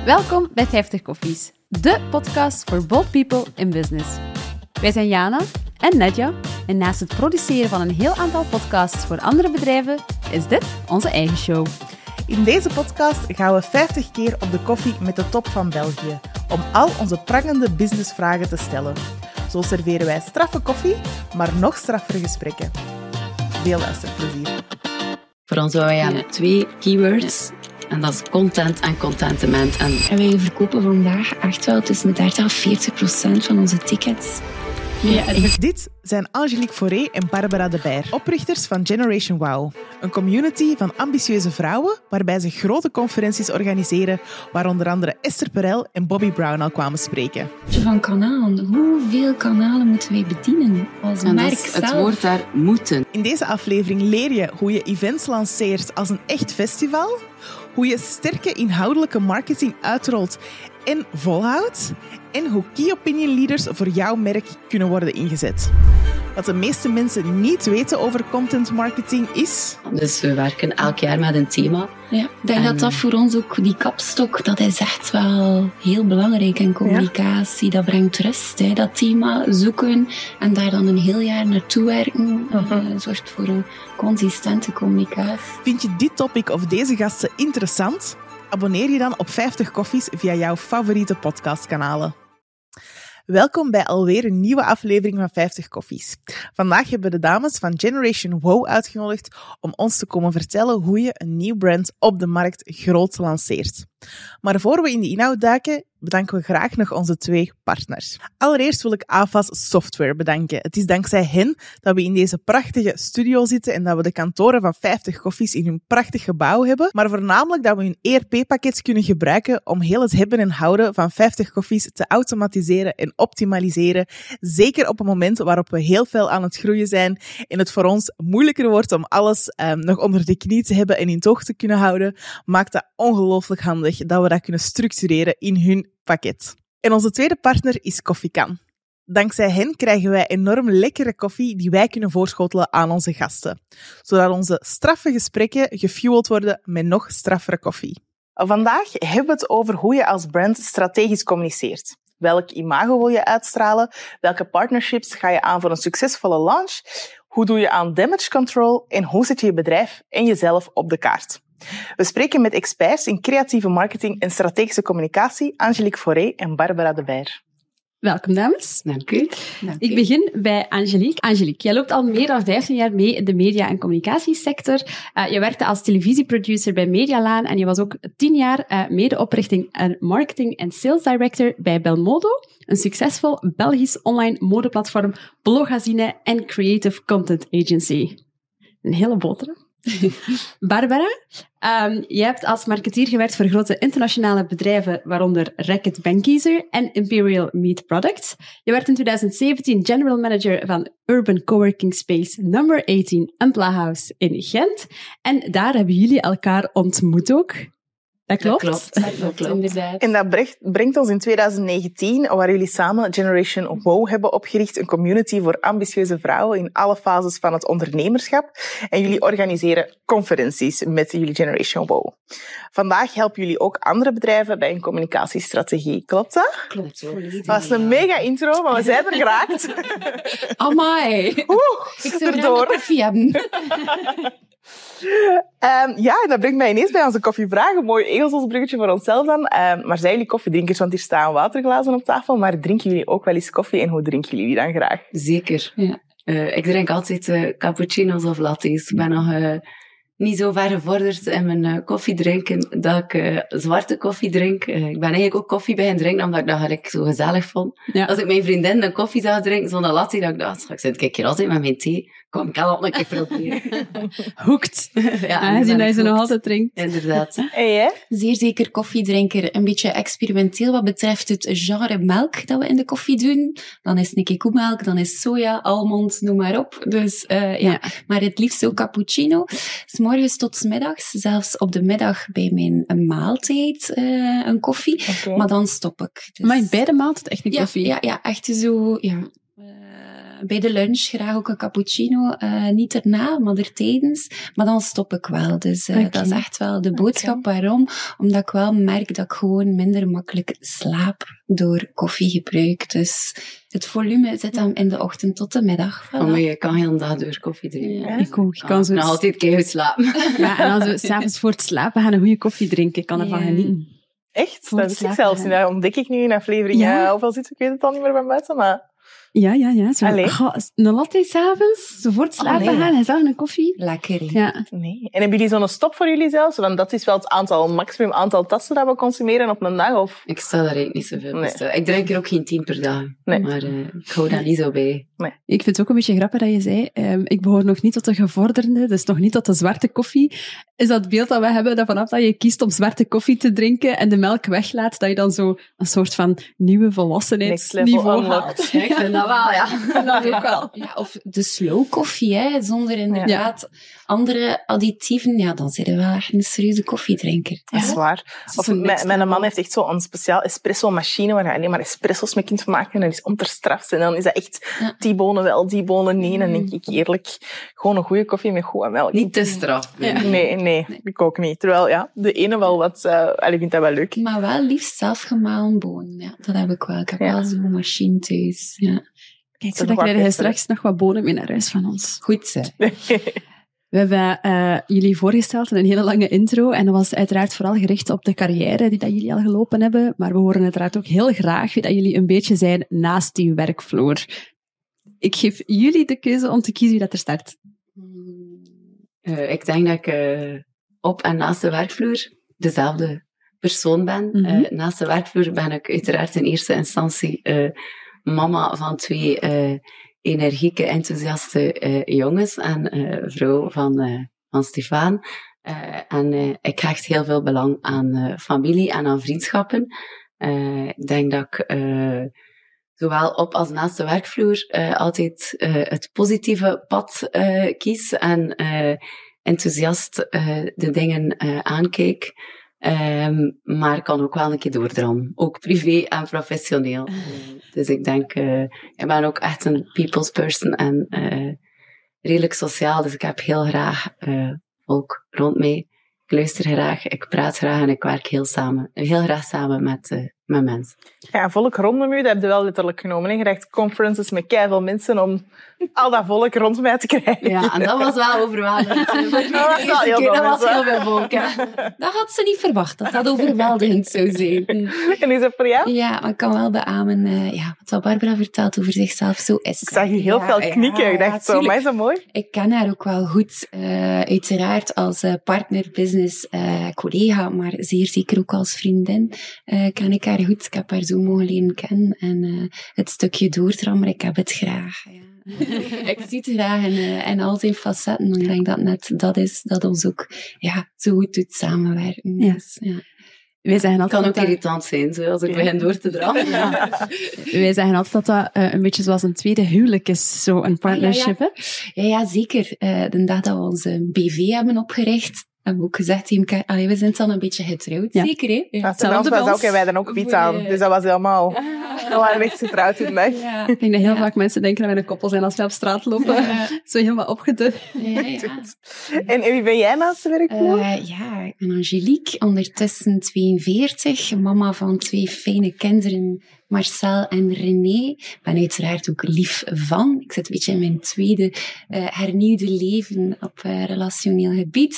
Welkom bij 50 Koffies, de podcast voor bold people in business. Wij zijn Jana en Nadja en naast het produceren van een heel aantal podcasts voor andere bedrijven, is dit onze eigen show. In deze podcast gaan we 50 keer op de koffie met de top van België, om al onze prangende businessvragen te stellen. Zo serveren wij straffe koffie, maar nog straffere gesprekken. Veel luisterplezier. Voor ons hebben wij met 2 keywords. En dat is content en contentement. En wij verkopen vandaag echt wel tussen de 30% en 40% van onze tickets. Dit zijn Angelique Fauré en Barbara de Beer, oprichters van Generation Wow. Een community van ambitieuze vrouwen waarbij ze grote conferenties organiseren, waar onder andere Esther Perel en Bobby Brown al kwamen spreken. Van kanalen. Hoeveel kanalen moeten wij bedienen als en merk dat is zelf? het woord daar, moeten. In deze aflevering leer je hoe je events lanceert als een echt festival, hoe je sterke inhoudelijke marketing uitrolt en volhoudt, en hoe key opinion leaders voor jouw merk kunnen worden ingezet. Wat de meeste mensen niet weten over content marketing is... Dus we werken elk jaar met een thema. Ja, ik denk dat voor ons ook, die kapstok, dat is echt wel heel belangrijk in communicatie. Dat brengt rust, hè. Dat thema zoeken en daar dan een heel jaar naartoe werken. Zorgt voor een consistente communicatie. Vind je dit topic of deze gasten interessant? Abonneer je dan op 50 Koffies via jouw favoriete podcastkanalen. Welkom bij alweer een nieuwe aflevering van 50 Koffies. Vandaag hebben we de dames van Generation Wow uitgenodigd om ons te komen vertellen hoe je een nieuw brand op de markt groot lanceert. Maar voor we in de inhoud duiken, bedanken we graag nog onze 2 partners. Allereerst wil ik AFAS Software bedanken. Het is dankzij hen dat we in deze prachtige studio zitten en dat we de kantoren van 50 Koffies in hun prachtig gebouw hebben, maar voornamelijk dat we hun ERP-pakket kunnen gebruiken om heel het hebben en houden van 50 Koffies te automatiseren en optimaliseren. Zeker op een moment waarop we heel veel aan het groeien zijn en het voor ons moeilijker wordt om alles nog onder de knie te hebben en in toog te kunnen houden, maakt dat ongelooflijk handig dat we dat kunnen structureren in hun pakket. En onze tweede partner is Koffiekan. Dankzij hen krijgen wij enorm lekkere koffie die wij kunnen voorschotelen aan onze gasten, zodat onze straffe gesprekken gefueld worden met nog straffere koffie. Vandaag hebben we het over hoe je als brand strategisch communiceert. Welk imago wil je uitstralen? Welke partnerships ga je aan voor een succesvolle launch? Hoe doe je aan damage control? En hoe zet je je bedrijf en jezelf op de kaart? We spreken met experts in creatieve marketing en strategische communicatie, Angelique Fauré en Barbara de Beer. Welkom, dames. Dank u. Ik begin bij Angelique. Angelique, jij loopt al meer dan 15 jaar mee in de media- en communicatiesector. Je werkte als televisieproducer bij Medialaan en je was ook 10 jaar medeoprichting en marketing en sales director bij Belmodo, een succesvol Belgisch online modeplatform, blogazine en creative content agency. Een hele boterham. Barbara, jij hebt als marketeer gewerkt voor grote internationale bedrijven, waaronder Reckitt Benckiser en Imperial Meat Products. Je werd in 2017 general manager van Urban Coworking Space No. 18 Ampla House in Gent. En daar hebben jullie elkaar ontmoet ook. Dat klopt? Dat klopt. Inderdaad. En dat brengt ons in 2019, waar jullie samen Generation Wow hebben opgericht, een community voor ambitieuze vrouwen in alle fases van het ondernemerschap. En jullie organiseren conferenties met jullie Generation Wow. Vandaag helpen jullie ook andere bedrijven bij een communicatiestrategie. Klopt dat? Klopt. Dat was een mega intro, maar we zijn er geraakt. Amai. Ik zou erdoor. graag koffie hebben. Ja, en dat brengt mij ineens bij onze koffievraag. Een mooi egelsbruggetje voor onszelf dan. Maar zijn jullie koffiedrinkers? Want hier staan waterglazen op tafel. Maar drinken jullie ook wel eens koffie? En hoe drinken jullie die dan graag? Zeker. Ja. Ik drink altijd cappuccino's of lattes. Ik ben nog niet zo ver gevorderd in mijn koffie drinken dat ik zwarte koffie drink. Ik ben eigenlijk ook koffie bij gaan drinken, omdat ik dat eigenlijk zo gezellig vond. Ja. Als ik mijn vriendin een koffie zou drinken zonder latte, dat ik dacht, straks zit ik hier altijd met mijn thee. Kom, ik kan dat nog een keer proberen. Hoekt. Ja, Aangezien dat je ze nog altijd. altijd drinkt. Inderdaad. En jij? Zeer zeker koffiedrinker. Een beetje experimenteel wat betreft het genre melk dat we in de koffie doen. Dan is het een koemelk, dan is soja, almond, noem maar op. Dus ja, maar het liefst ook cappuccino. 's morgens tot 's middags, zelfs op de middag bij mijn maaltijd een koffie. Okay. Maar dan stop ik. Dus... Maar bij de maaltijd echt een ja, koffie. ja, echt zo... Ja. bij de lunch graag ook een cappuccino. Niet erna, maar er tijdens. Maar dan stop ik wel. Dus dat is echt wel de boodschap. Waarom? Omdat ik wel merk dat ik gewoon minder makkelijk slaap door koffiegebruik. Dus het volume zit dan in de ochtend tot de middag. Voilà. Maar je kan heel dag door koffie drinken. Ja. Ik ook. Ik kan zo... nog altijd keihard slapen. Ja, en als we s'avonds voor het slapen gaan een goede koffie drinken, ik kan ervan genieten. Echt? Voor Dat het wist ik slapen, zelfs niet. Dat ontdek ik nu in aflevering. Ja. Hoeveel zit ik weet het al niet meer van buiten, maar... Ja. Zo, Allee. een latte s'avonds, zo voor het slapen Allee. gaan, en zo een koffie. Lekker. Hè? Ja. Nee. En hebben jullie zo'n stop voor jullie zelfs? Want dat is wel het maximum aantal tassen dat we consumeren op een dag, of... Ik stel daar eigenlijk niet zoveel bij Nee. stil. Ik drink er ook geen 10 per dag. Nee. Maar ik hou daar niet zo bij. Ik vind het ook een beetje grappig dat je zei, ik behoor nog niet tot de gevorderde, dus nog niet tot de zwarte koffie. Is dat beeld dat we hebben, dat vanaf dat je kiest om zwarte koffie te drinken en de melk weglaat, dat je dan zo een soort van nieuwe volwassenheidsniveau Next level haalt? Ja, ik vind dat wel, ja. Dat ook wel. Ja, of de slow koffie, hè, zonder inderdaad andere additieven. Ja, dan zijn we wel echt een serieuze koffiedrinker. Dat is waar. Of mijn man heeft echt zo'n speciaal espresso-machine waar je alleen maar espresso's mee kunt maken. En dat is onterstraft. En dan is dat echt die bonen wel, die bonen nee. En dan denk ik eerlijk, gewoon een goede koffie met goede melk. Niet te straf. Ja. Nee, ik ook niet. Terwijl, ja, de ene wel wat... ik vind dat wel leuk. Maar wel liefst zelfgemalen bonen. Ja, dat heb ik wel. Ik heb wel zo'n machine thuis. Ja. Kijk, Dat zo dan nog wat krijg je beter. straks nog wat bonen mee naar huis van ons. Goed, hè. We hebben jullie voorgesteld in een hele lange intro en dat was uiteraard vooral gericht op de carrière die dat jullie al gelopen hebben, maar we horen uiteraard ook heel graag dat jullie een beetje zijn naast die werkvloer. Ik geef jullie de keuze om te kiezen wie dat er start. Ik denk dat ik op en naast de werkvloer dezelfde persoon ben. Mhm. Naast de werkvloer ben ik uiteraard in eerste instantie mama van 2 energieke, enthousiaste jongens en vrouw van Stefan. En ik hecht heel veel belang aan familie en aan vriendschappen. Ik denk dat ik zowel op als naast de werkvloer altijd het positieve pad kies en enthousiast de dingen aankijk. Maar kan ook wel een keer doordrammen. Ook privé en professioneel. Dus ik denk, ik ben ook echt een people's person en redelijk sociaal. Dus ik heb heel graag volk rond mij. Ik luister graag, ik praat graag en ik werk heel graag samen met mensen. Ja, volk rondom u, dat heb je wel letterlijk genomen. Hè? Je krijgt conferences met keiveel mensen om al dat volk rond mij te krijgen. Ja, en dat was wel overweldigend. Dat was wel heel Dat was dom, heel veel volk, hè. Dat had ze niet verwacht, dat dat overweldigend zou zijn. En is dat voor jou? Ja, maar ik kan wel beamen, wat Barbara vertelt over zichzelf, zo is Ik zag je heel veel knikken. Ik dacht, zo, maar is dat mooi? Ik ken haar ook wel goed, uiteraard als partner, business, collega, maar zeer zeker ook als vriendin ken ik haar goed. Ik heb haar zo mogen leren kennen en het stukje doordrammen, ik heb het graag. Ja. Ik zie het graag in al zijn facetten. En ik denk dat net dat is dat ons ook zo goed doet samenwerken. Ja. Dus, ja. Wij zeggen Het kan altijd ook dat irritant zijn, zo, als ik begin door te drammen. wij zeggen altijd dat een beetje zoals een tweede huwelijk is, zo een partnership. Hè? Ja, zeker. De dag dat we onze BV hebben opgericht, hebben we ook gezegd tegen elkaar, we zijn dan een beetje getrouwd, Ja. zeker, hè? Ja, hetzelfde was bij ook, ons. en wij dan ook Voor pizza aan. je- Dus dat was helemaal... We waren echt getrouwd in de dag. Ja. Ik denk dat heel vaak mensen denken dat wij een koppel zijn als we op straat lopen. Zo helemaal opgedut. Ja. En wie ben jij naast de werkvloer? Ik ben Angelique, ondertussen 42, mama van 2 fijne kinderen, Marcel en René. Ik ben uiteraard ook lief van. Ik zit een beetje in mijn tweede hernieuwde leven op relationeel gebied.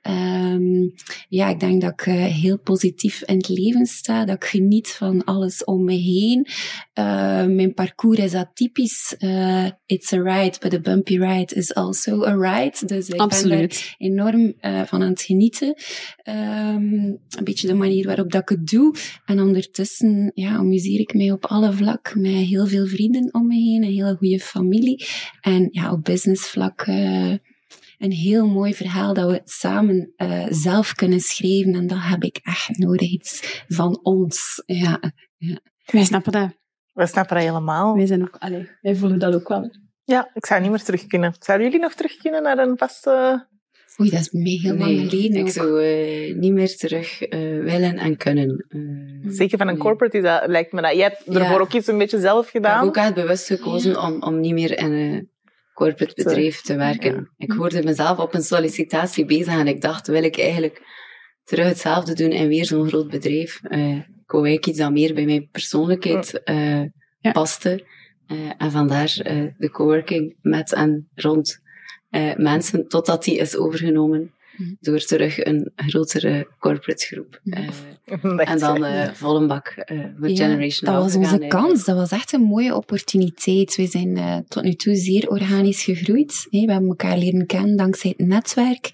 Ik denk dat ik heel positief in het leven sta, dat ik geniet van alles om me heen. Mijn parcours is atypisch. It's a ride, but a bumpy ride is also a ride. Dus ik ben Absoluut. daar enorm van aan het genieten. Een beetje de manier waarop dat ik het doe. En ondertussen amuseer ik mij op alle vlakken met heel veel vrienden om me heen, een hele goede familie. En op businessvlak een heel mooi verhaal dat we samen zelf kunnen schrijven. En dat heb ik echt nodig, iets van ons. Ja. Wij snappen dat. We snappen dat helemaal. Wij zijn ook, wij voelen dat ook wel. Ja, ik zou niet meer terug kunnen. Zouden jullie nog terug kunnen naar een vaste Oei, dat is heel lang geleden ik ook. zou niet meer terug willen en kunnen. Zeker van een corporate lijkt me dat. Jij hebt ervoor ook iets een beetje zelf Ik gedaan. heb ook echt bewust gekozen om niet meer in een corporate bedrijf te werken. Ja. Ik hoorde mezelf op een sollicitatie bezig en ik dacht, wil ik eigenlijk terug hetzelfde doen en weer zo'n groot bedrijf. Ik wou eigenlijk iets dat meer bij mijn persoonlijkheid paste. En vandaar de coworking met en rond mensen, totdat die is overgenomen door terug een grotere corporate groep. En dan volle bak voor Generation Dat was onze kans. Dat was echt een mooie opportuniteit. We zijn tot nu toe zeer organisch gegroeid. We hebben elkaar leren kennen dankzij het netwerk.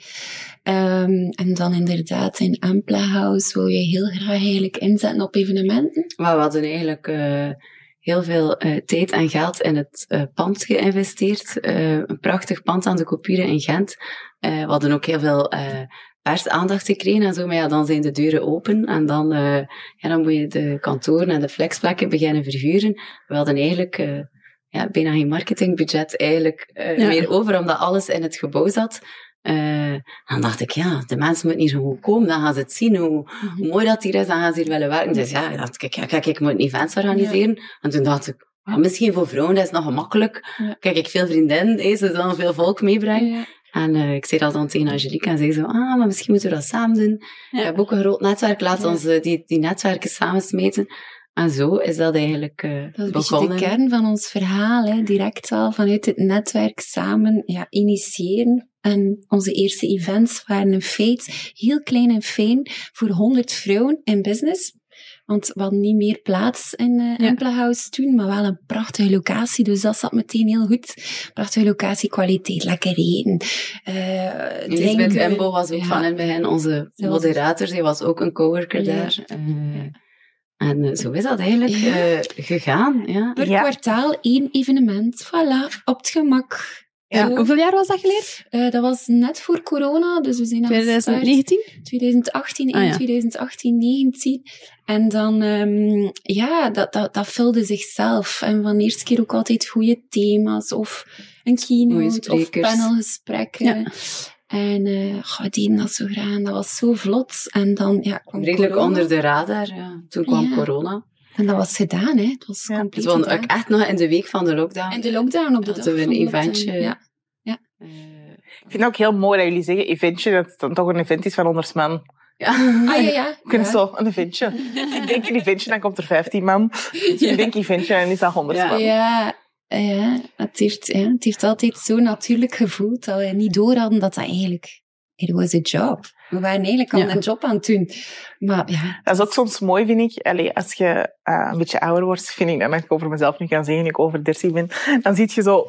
En dan inderdaad in Ampla House wil je heel graag eigenlijk inzetten op evenementen. Maar we hadden eigenlijk heel veel tijd en geld in het pand geïnvesteerd. Een prachtig pand aan de Kopure in Gent. We hadden ook heel veel persaandacht gekregen en zo, maar ja, dan zijn de deuren open en dan moet je de kantoren en de flexplekken beginnen verhuren. We hadden eigenlijk bijna geen marketingbudget meer over, omdat alles in het gebouw zat. Dan dacht ik, de mensen moeten hier gewoon komen, dan gaan ze het zien hoe mooi dat hier is, dan gaan ze hier willen werken. Dus ik moet events organiseren. En toen dacht ik, misschien voor vrouwen, dat is nog gemakkelijk. Kijk, ik veel vriendinnen, ze dan veel volk meebrengen. En ik zei dat dan tegen Angelique en zei zo, maar misschien moeten we dat samen doen. Ik heb ook een groot netwerk, laten ons die netwerken samensmeten. En zo is dat eigenlijk dat is begonnen. De kern van ons verhaal, hè. Direct al vanuit het netwerk samen initiëren. En onze eerste events waren een feit, heel klein en fijn, voor 100 vrouwen in business. Want we hadden niet meer plaats in Ampla House toen, maar wel een prachtige locatie. Dus dat zat meteen heel goed. Prachtige locatie, kwaliteit, lekker eten. Elisabeth Embo was ook van in het begin onze moderator. Zij was ook een coworker daar. En zo is dat eigenlijk gegaan. Ja. Per kwartaal 1 evenement. Voilà, op het gemak. Ja. Hoeveel jaar was dat geleden? Dat was net voor corona, dus we zijn 2019? 2018, 2018, 19. En dan, dat vulde zichzelf. En van de eerste keer ook altijd goede thema's, of een keynote, of panelgesprekken. Ja. En we deden dat zo graag, dat was zo vlot. En dan kwam redelijk corona. Onder de radar, toen kwam corona. En dat was gedaan, hè. Het was compleet gedaan. Het was ook echt nog in de week van de lockdown. In de lockdown, op de dag van de lockdown. Hadden we een eventje. Ik vind het ook heel mooi dat jullie zeggen eventje, dat het dan toch een event is van 100 man. Ja. We kunnen zo, een eventje. Ik denk een eventje, dan komt er 15 man. Dus ik denk eventje, en is dat 100 man. Ja, het heeft altijd zo natuurlijk gevoeld dat we niet door hadden dat eigenlijk... It was a job. We waren eigenlijk al een job aan het doen. Maar dat is ook soms mooi, vind ik. Allee, als je een beetje ouder wordt, vind ik dat ik over mezelf nu kan zeggen, ik over 30 ben, dan zie je zo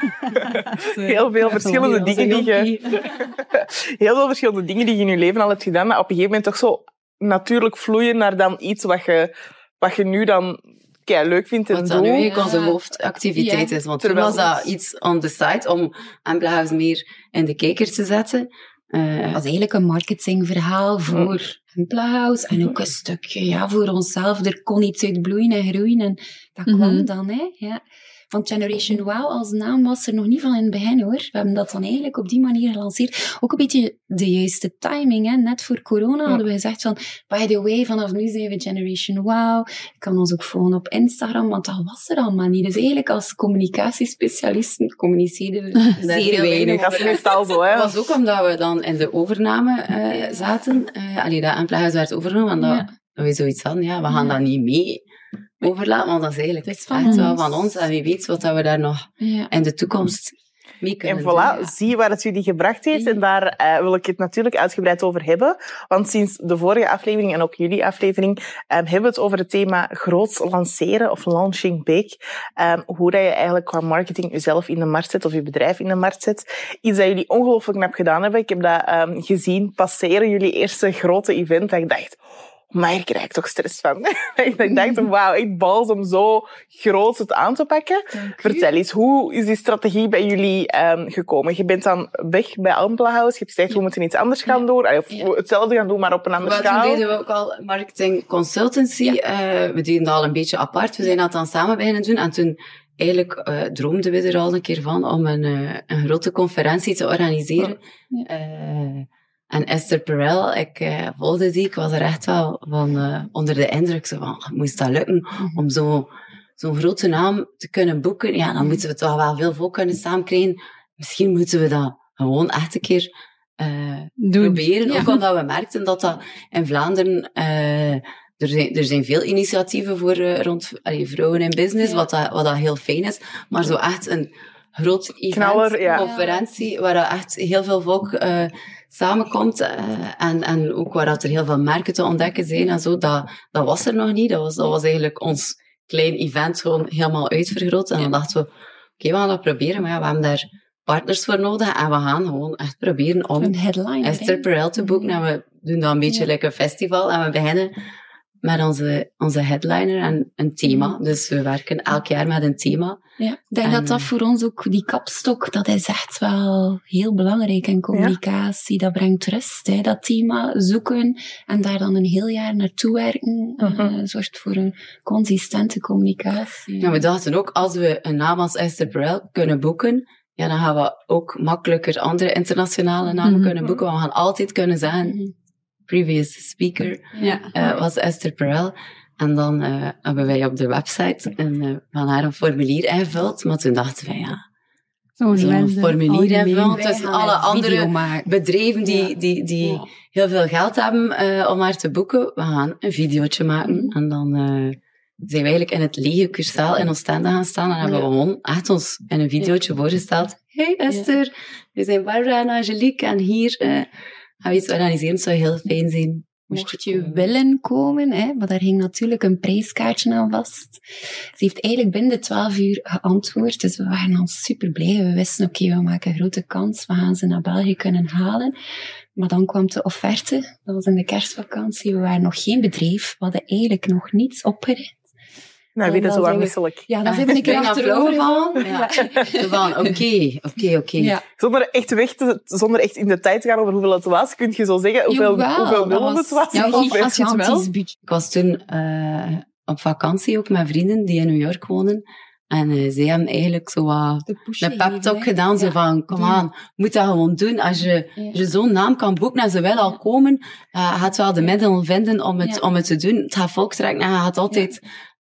heel veel verschillende dingen die je... heel veel verschillende dingen die je in je leven al hebt gedaan, maar op een gegeven moment toch zo natuurlijk vloeien naar dan iets wat je nu dan leuk vindt en wat dan nu eigenlijk onze hoofdactiviteit is. Want toen was dat iets on the side om Ampla House meer in de kijker te zetten. Het was eigenlijk een marketingverhaal voor Ampla House en ook een stukje voor onszelf. Er kon iets uit bloeien en groeien en dat kwam dan. Want Generation Wow als naam was er nog niet van in het begin, hoor. We hebben dat dan eigenlijk op die manier gelanceerd. Ook een beetje de juiste timing, hè. Net voor corona hadden we gezegd van, by the way, vanaf nu zijn we Generation Wow. Je kan ons ook volgen op Instagram, want dat was er allemaal niet. Dus eigenlijk als communicatiespecialisten communiceerden we zeer weinig. Dat is meestal zo, hè. Dat was ook omdat we dan in de overname zaten. Dat Ampla House werd overgenomen, en dat we zoiets hadden, we gaan dat niet mee overlaten, want dat is eigenlijk echt wel van ons. En wie weet wat we daar nog in de toekomst mee kunnen doen. En voilà, zie waar het jullie gebracht heeft. En daar wil ik het natuurlijk uitgebreid over hebben. Want sinds de vorige aflevering en ook jullie aflevering hebben we het over het thema groots lanceren of launching big. Hoe dat je eigenlijk qua marketing jezelf in de markt zet of je bedrijf in de markt zet. Iets dat jullie ongelooflijk knap gedaan hebben. Ik heb dat gezien passeren, jullie eerste grote event. Dat ik dacht... Maar hier krijg ik toch stress van. Ik dacht, wauw, echt bals om zo groot het aan te pakken. Vertel eens, hoe is die strategie bij jullie gekomen? Je bent dan weg bij Ampla House. Je hebt gezegd, we moeten iets anders gaan doen. Of hetzelfde gaan doen, maar op een andere schaal. Toen deden we ook al marketing consultancy. We deden dat al een beetje apart. We zijn dat dan samen beginnen doen. En toen eigenlijk droomden we er al een keer van om een grote conferentie te organiseren. En Esther Perel, ik volgde die, ik was er echt wel van onder de indruk. Zo van, moest dat lukken om zo'n grote naam te kunnen boeken? Ja, dan moeten we toch wel veel volk kunnen samenkrijgen. Misschien moeten we dat gewoon echt een keer proberen. Ja. Ook omdat we merkten dat in Vlaanderen... Er zijn veel initiatieven voor rond vrouwen in business, wat dat heel fijn is. Maar zo echt een groot event, conferentie, waar echt heel veel volk samenkomt. En ook waar dat er heel veel merken te ontdekken zijn en zo. Dat was er nog niet. Dat was eigenlijk ons klein event gewoon helemaal uitvergroot. En dan dachten we, oké, we gaan dat proberen. Maar ja, we hebben daar partners voor nodig. En we gaan gewoon echt proberen om Esther Perel te boeken. En we doen dan een beetje like een festival. En we beginnen met onze headliner en een thema. Dus we werken elk jaar met een thema. Ja, ik denk dat voor ons ook, die kapstok, dat is echt wel heel belangrijk in communicatie. Dat brengt rust, hè. Dat thema zoeken en daar dan een heel jaar naartoe werken. Zorgt voor een consistente communicatie. Ja, we dachten ook, als we een naam als Esther Perel kunnen boeken, ja, dan gaan we ook makkelijker andere internationale namen kunnen boeken. We gaan altijd kunnen zeggen... previous speaker was Esther Perel. En dan hebben wij op de website van haar een formulier ingevuld. Maar toen dachten wij, zo'n formulier invullen tussen alle andere bedrijven die heel veel geld hebben om haar te boeken. We gaan een videootje maken. En dan zijn we eigenlijk in het lege Cursaal in Oostende gaan staan. En hebben we gewoon echt ons in een videootje voorgesteld. Hey Esther, we zijn Barbara en Angelique. En hier... gaan we iets organiseren, zou heel fijn zijn. Mocht je willen komen, hè, maar daar hing natuurlijk een prijskaartje aan vast. Ze heeft eigenlijk binnen de 12 uur geantwoord, dus we waren al super blij. We wisten, oké, we maken een grote kans, we gaan ze naar België kunnen halen. Maar dan kwam de offerte, dat was in de kerstvakantie, we waren nog geen bedrijf, we hadden eigenlijk nog niets opgericht. Nou, weer zo aanmisselijk. Ja, dan zijn we een keer achterover van. Ja. Van, oké. Ja. Zonder echt in detail te gaan over hoeveel het was, kun je zo zeggen hoeveel nullen het was? Ja, als je het wel... Ik was toen op vakantie ook met vrienden die in New York wonen. En zij hebben eigenlijk zo wat een pep-talk gedaan. Zo van, kom aan, moet dat gewoon doen. Als je zo'n naam kan boeken en ze willen al komen, gaat wel de middelen vinden om het te doen. Het gaat volk trekken en je gaat altijd...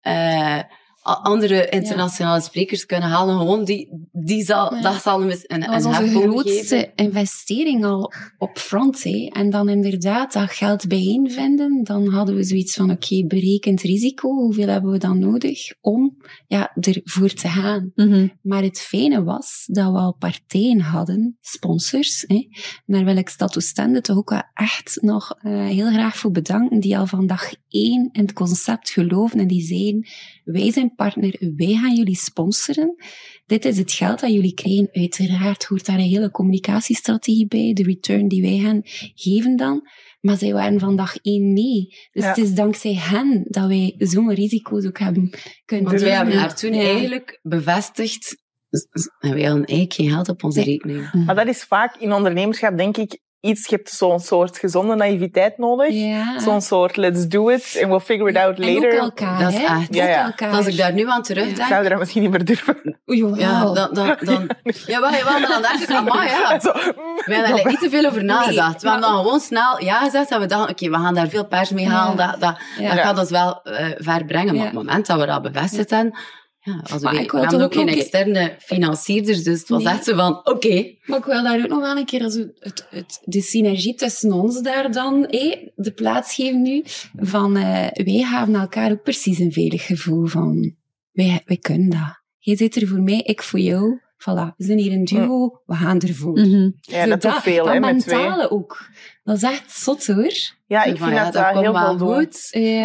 andere internationale sprekers kunnen halen, gewoon dat zal een dat was onze grootste investering al op front, hè. En dan inderdaad dat geld bijeenvinden, dan hadden we zoiets van, oké, berekend risico, hoeveel hebben we dan nodig om ervoor te gaan. Maar het fijne was dat we al partijen hadden, sponsors, hè. Daar wil ik Stad Oostende toch ook wel echt nog heel graag voor bedanken, die al van dag 1 in het concept geloven en die zeiden, wij zijn partner, wij gaan jullie sponsoren. Dit is het geld dat jullie krijgen. Uiteraard hoort daar een hele communicatiestrategie bij, de return die wij gaan geven dan. Maar zij waren van dag 1 mee. Dus het is dankzij hen dat wij zo'n risico's ook hebben kunnen doen. Want wij hebben haar toen eigenlijk bevestigd, en wij hadden eigenlijk geen geld op onze rekening. Maar dat is vaak in ondernemerschap, denk ik, je hebt zo'n soort gezonde naïviteit nodig. Ja. Zo'n soort let's do it and we'll figure it out later. En ook elkaar, dat is echt. Ja. Als ik daar nu aan terugdenk... Ik zou er misschien niet meer durven. Ja, dan... Jawel, maar dan denk ik, amai, ja. We hebben er niet te veel over nagedacht. We hebben dan gewoon snel gezegd en we dachten, oké, we gaan daar veel pers mee halen. Dat gaat ons wel ver brengen. Maar op het moment dat we dat bevestigd hebben... Ja, we hebben ook geen externe financierders, dus het was echt zo van, oké. Maar ik wil daar ook nog wel een keer de synergie tussen ons daar dan de plaats geven nu, van wij hebben elkaar ook precies een veilig gevoel van, wij kunnen dat. Jij zit er voor mij, ik voor jou. Voilà, we zijn hier een duo, we gaan ervoor. Ja, dat doet veel, hè, met twee. Dat mentale ook. Dat is echt zot, hoor. Ja, ik vind dat heel veel goed.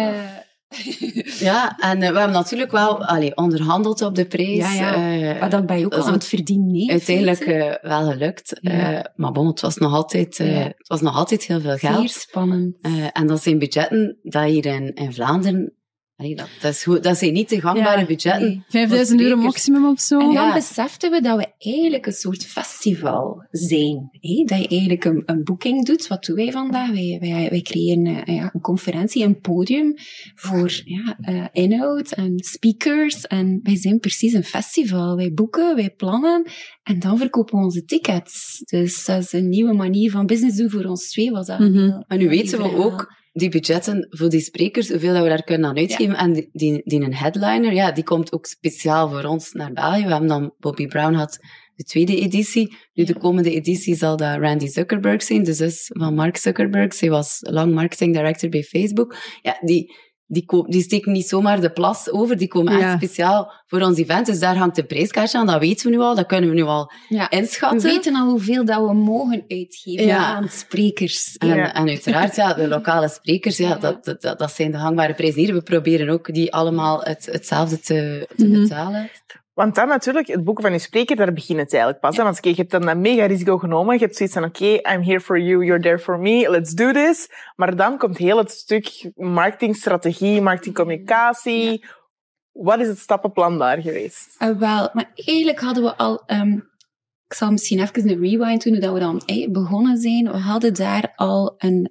Ja, en we hebben natuurlijk wel onderhandeld op de prijs. Maar dat ben je ook al aan het verdienen. Nee, uiteindelijk wel gelukt. Maar bon, het was nog altijd heel veel geld. Zeer spannend. En dat zijn budgetten dat hier in Vlaanderen Dat zijn niet de gangbare budgetten. Nee. 5.000 euro maximum of zo. En dan Ja. beseften we dat we eigenlijk een soort festival zijn. Dat je eigenlijk een boeking doet. Wat doen wij vandaag? Wij creëren een conferentie, een podium voor inhoud en speakers. En wij zijn precies een festival. Wij boeken, wij plannen en dan verkopen we onze tickets. Dus dat is een nieuwe manier van business doen voor ons twee. Was dat heel, En nu weten we heel ook, die budgetten voor die sprekers, hoeveel dat we daar kunnen aan uitgeven. Ja. En die een headliner, die komt ook speciaal voor ons naar België. We hebben dan Bobby Brown gehad, de tweede editie. Nu, de komende editie zal dat Randy Zuckerberg zijn, de zus van Mark Zuckerberg. Zij was lang marketing director bij Facebook. Ja, die steken niet zomaar de plas over, die komen echt speciaal voor ons event. Dus daar hangt de prijskaartje aan, dat weten we nu al, dat kunnen we nu al inschatten. We weten al hoeveel dat we mogen uitgeven aan sprekers. En uiteraard, de lokale sprekers, dat zijn de gangbare prijzen hier. We proberen ook die allemaal hetzelfde te betalen. Want dan natuurlijk, het boeken van je spreker, daar begint het eigenlijk pas. Hè? Want je hebt dan een mega risico genomen. Je hebt zoiets van, oké, I'm here for you, you're there for me, let's do this. Maar dan komt heel het stuk marketingstrategie, marketingcommunicatie. Wat is het stappenplan daar geweest? Wel, maar eigenlijk hadden we al... ik zal misschien even een rewind doen, dat we dan begonnen zijn. We hadden daar al een...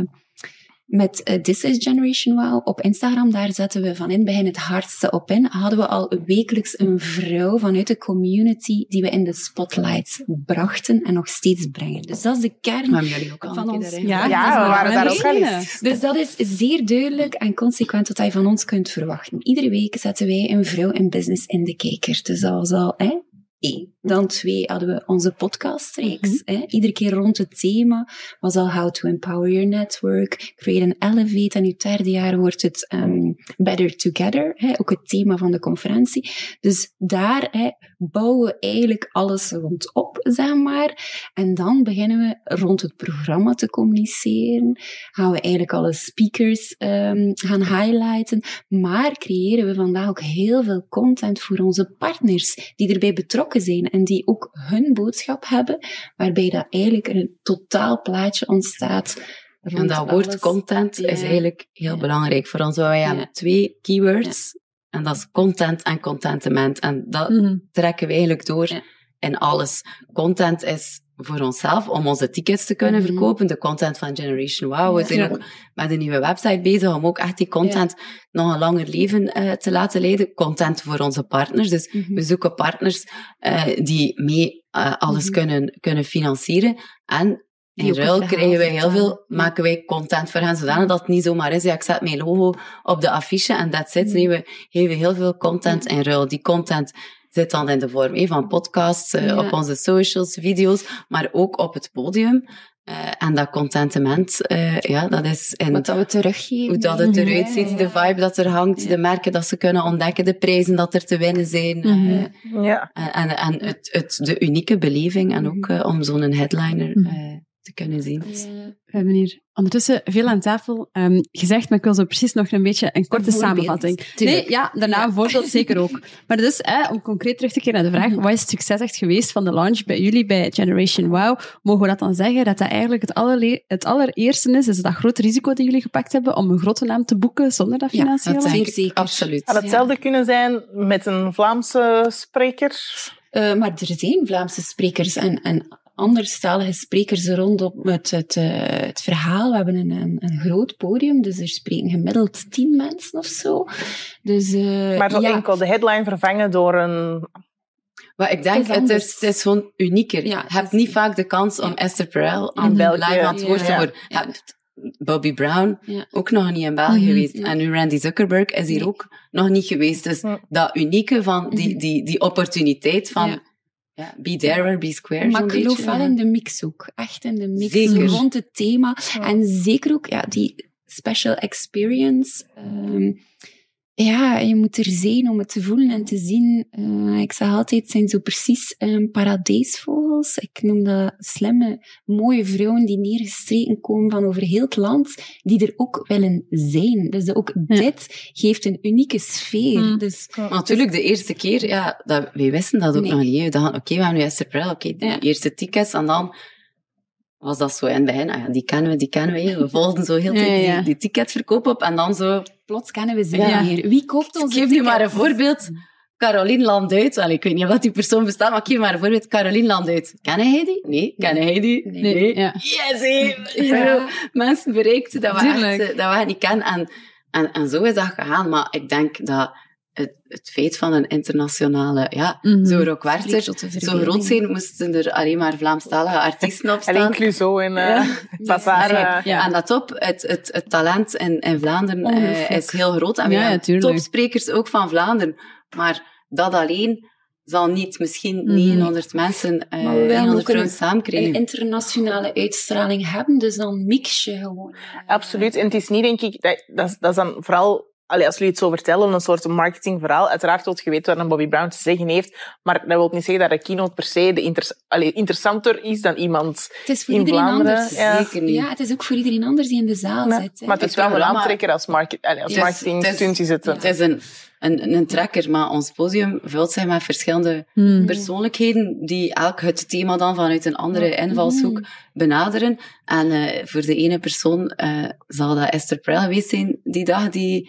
met This is Generation Wow op Instagram, daar zetten we van in het begin het hardste op in. Hadden we al wekelijks een vrouw vanuit de community die we in de spotlights brachten en nog steeds brengen. Dus dat is de kern van ons. Ja, we waren daar ook al eens. Dus dat is zeer duidelijk en consequent wat je van ons kunt verwachten. Iedere week zetten wij een vrouw in business in de kijker. Dus dat was al... 1. Dan 2 hadden we onze podcastreeks. Iedere keer rond het thema was al How to Empower Your Network, Create and Elevate. En nu 3e jaar wordt het Better Together, ook het thema van de conferentie. Dus daar bouwen we eigenlijk alles rond op, zeg maar. En dan beginnen we rond het programma te communiceren. Gaan we eigenlijk alle speakers gaan highlighten. Maar creëren we vandaag ook heel veel content voor onze partners die erbij betrokken zijn en die ook hun boodschap hebben, waarbij dat eigenlijk een totaal plaatje ontstaat. En dat woord content is eigenlijk heel belangrijk voor ons. Wij hebben 2 keywords, en dat is content en contentement. En dat trekken we eigenlijk door in alles. Content is voor onszelf, om onze tickets te kunnen verkopen. De content van Generation Wow. We zijn ook met een nieuwe website bezig om ook echt die content nog een langer leven te laten leiden. Content voor onze partners. Dus we zoeken partners die mee alles kunnen financieren. En in ruil krijgen wij heel veel, maken wij content voor hen, zodanig dat het niet zomaar is, ik zet mijn logo op de affiche en that's it. Nee, we geven heel veel content in ruil. Die content zit dan in de vorm van podcasts, op onze socials, video's, maar ook op het podium. En dat contentement, dat is... Wat dat we teruggeven. Hoe dat het eruit ziet, de vibe dat er hangt, de merken dat ze kunnen ontdekken, de prijzen dat er te winnen zijn. En de unieke beleving en ook om zo'n headliner te kunnen zien. We hebben hier ondertussen veel aan tafel gezegd, maar ik wil zo precies nog een beetje een korte samenvatting. Nee, daarna een voorbeeld zeker ook. Maar dus, om concreet terug te keren naar de vraag, wat is het succes echt geweest van de launch bij jullie, bij Generation Wow? Mogen we dat dan zeggen, dat eigenlijk het allereerste is dat grote risico dat jullie gepakt hebben om een grote naam te boeken zonder dat financieel? Dat denk ik absoluut. Had hetzelfde kunnen zijn met een Vlaamse spreker? Maar er zijn Vlaamse sprekers en anderstalige sprekers rondom het verhaal. We hebben een groot podium, dus er spreken gemiddeld 10 mensen of zo. Dus, maar zo enkel de headline vervangen door een... Maar ik denk, het is gewoon unieker. Je hebt niet vaak de kans om Esther Perel aan live aan het woord te worden. Bobby Brown, ook nog niet in België geweest. En nu Randy Zuckerberg is hier ook nog niet geweest. Dus dat unieke van die opportuniteit van... be there or be square. Maar ik geloof wel in de mix ook. Echt in de mix rond het thema. En zeker ook die special experience. Je moet er zijn om het te voelen en te zien. Ik zeg altijd, het zijn zo precies paradijsvogels. Ik noem dat slimme, mooie vrouwen die neergestreken komen van over heel het land, die er ook willen zijn. Dus ook dit geeft een unieke sfeer. Dus, maar natuurlijk, de eerste keer, wij wisten dat ook nog niet. We dachten, we hebben nu Esther Perel, de eerste tickets, en dan... was dat zo in het begin. Die kennen we. We volgden zo heel tijd die ticketverkoop op. En dan zo... Plots kennen we ze niet meer. Wie koopt ons? Ik geef nu maar een voorbeeld. Caroline Landuit. Ik weet niet of die persoon bestaat, maar ik geef maar een voorbeeld. Caroline Landuit. Kennen jij die? Nee. Kennen jij die? Nee. Ja. Yes, mensen bereikt dat we niet kennen. En zo is dat gegaan. Maar ik denk dat het feit van een internationale... Zo Rockwerter, zo groot zijn, moesten er alleen maar Vlaamstalige artiesten op staan. Alleen Clouseau en Passage. En dat op, het talent in Vlaanderen is heel groot. En we hebben topsprekers ook van Vlaanderen. Maar dat alleen zal niet misschien 900 mensen, 900 vrouwen samen krijgen. Een internationale uitstraling hebben, dus dan mix je gewoon. Absoluut. En het is niet, denk ik, dat is dan vooral... als jullie het zo vertellen, een soort marketingverhaal. Uiteraard wil je weten wat een Bobby Brown te zeggen heeft. Maar dat wil niet zeggen dat de keynote per se interessanter is dan iemand het is voor in iedereen Vlaanderen. Anders. Zeker niet. Ja, het is ook voor iedereen anders die in de zaal zit. Hè. Maar het is wel een aantrekker als marketingstunt is het. Het is een trekker, maar ons podium vult zich met verschillende persoonlijkheden die elk het thema dan vanuit een andere invalshoek benaderen. En voor de ene persoon zal dat Esther Perel geweest zijn die dag die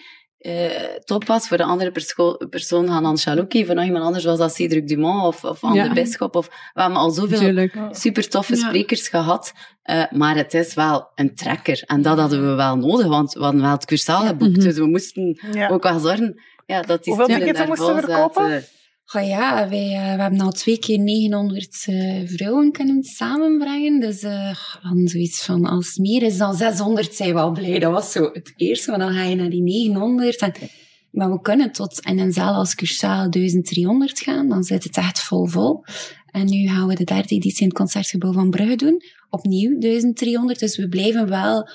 top was. Voor de andere persoon Hanan Chalouki. Voor nog iemand anders was dat Cédric Dumont of Anne de Bisschop. We hebben al zoveel super toffe sprekers gehad. Maar het is wel een trekker. En dat hadden we wel nodig, want we hadden wel het cursaal geboekt. Dus we moesten ook wel zorgen dat die hoeveel tickets moesten verkopen? We hebben al 2 keer 900 vrouwen kunnen samenbrengen. Dus dan zoiets van, als het meer is dan 600 zijn we al blij. Dat was zo het eerste, maar dan ga je naar die 900. Maar we kunnen tot in een zaal als Cursaal 1300 gaan. Dan zit het echt vol. En nu gaan we de 3e editie in het Concertgebouw van Brugge doen. Opnieuw 1300. Dus we blijven wel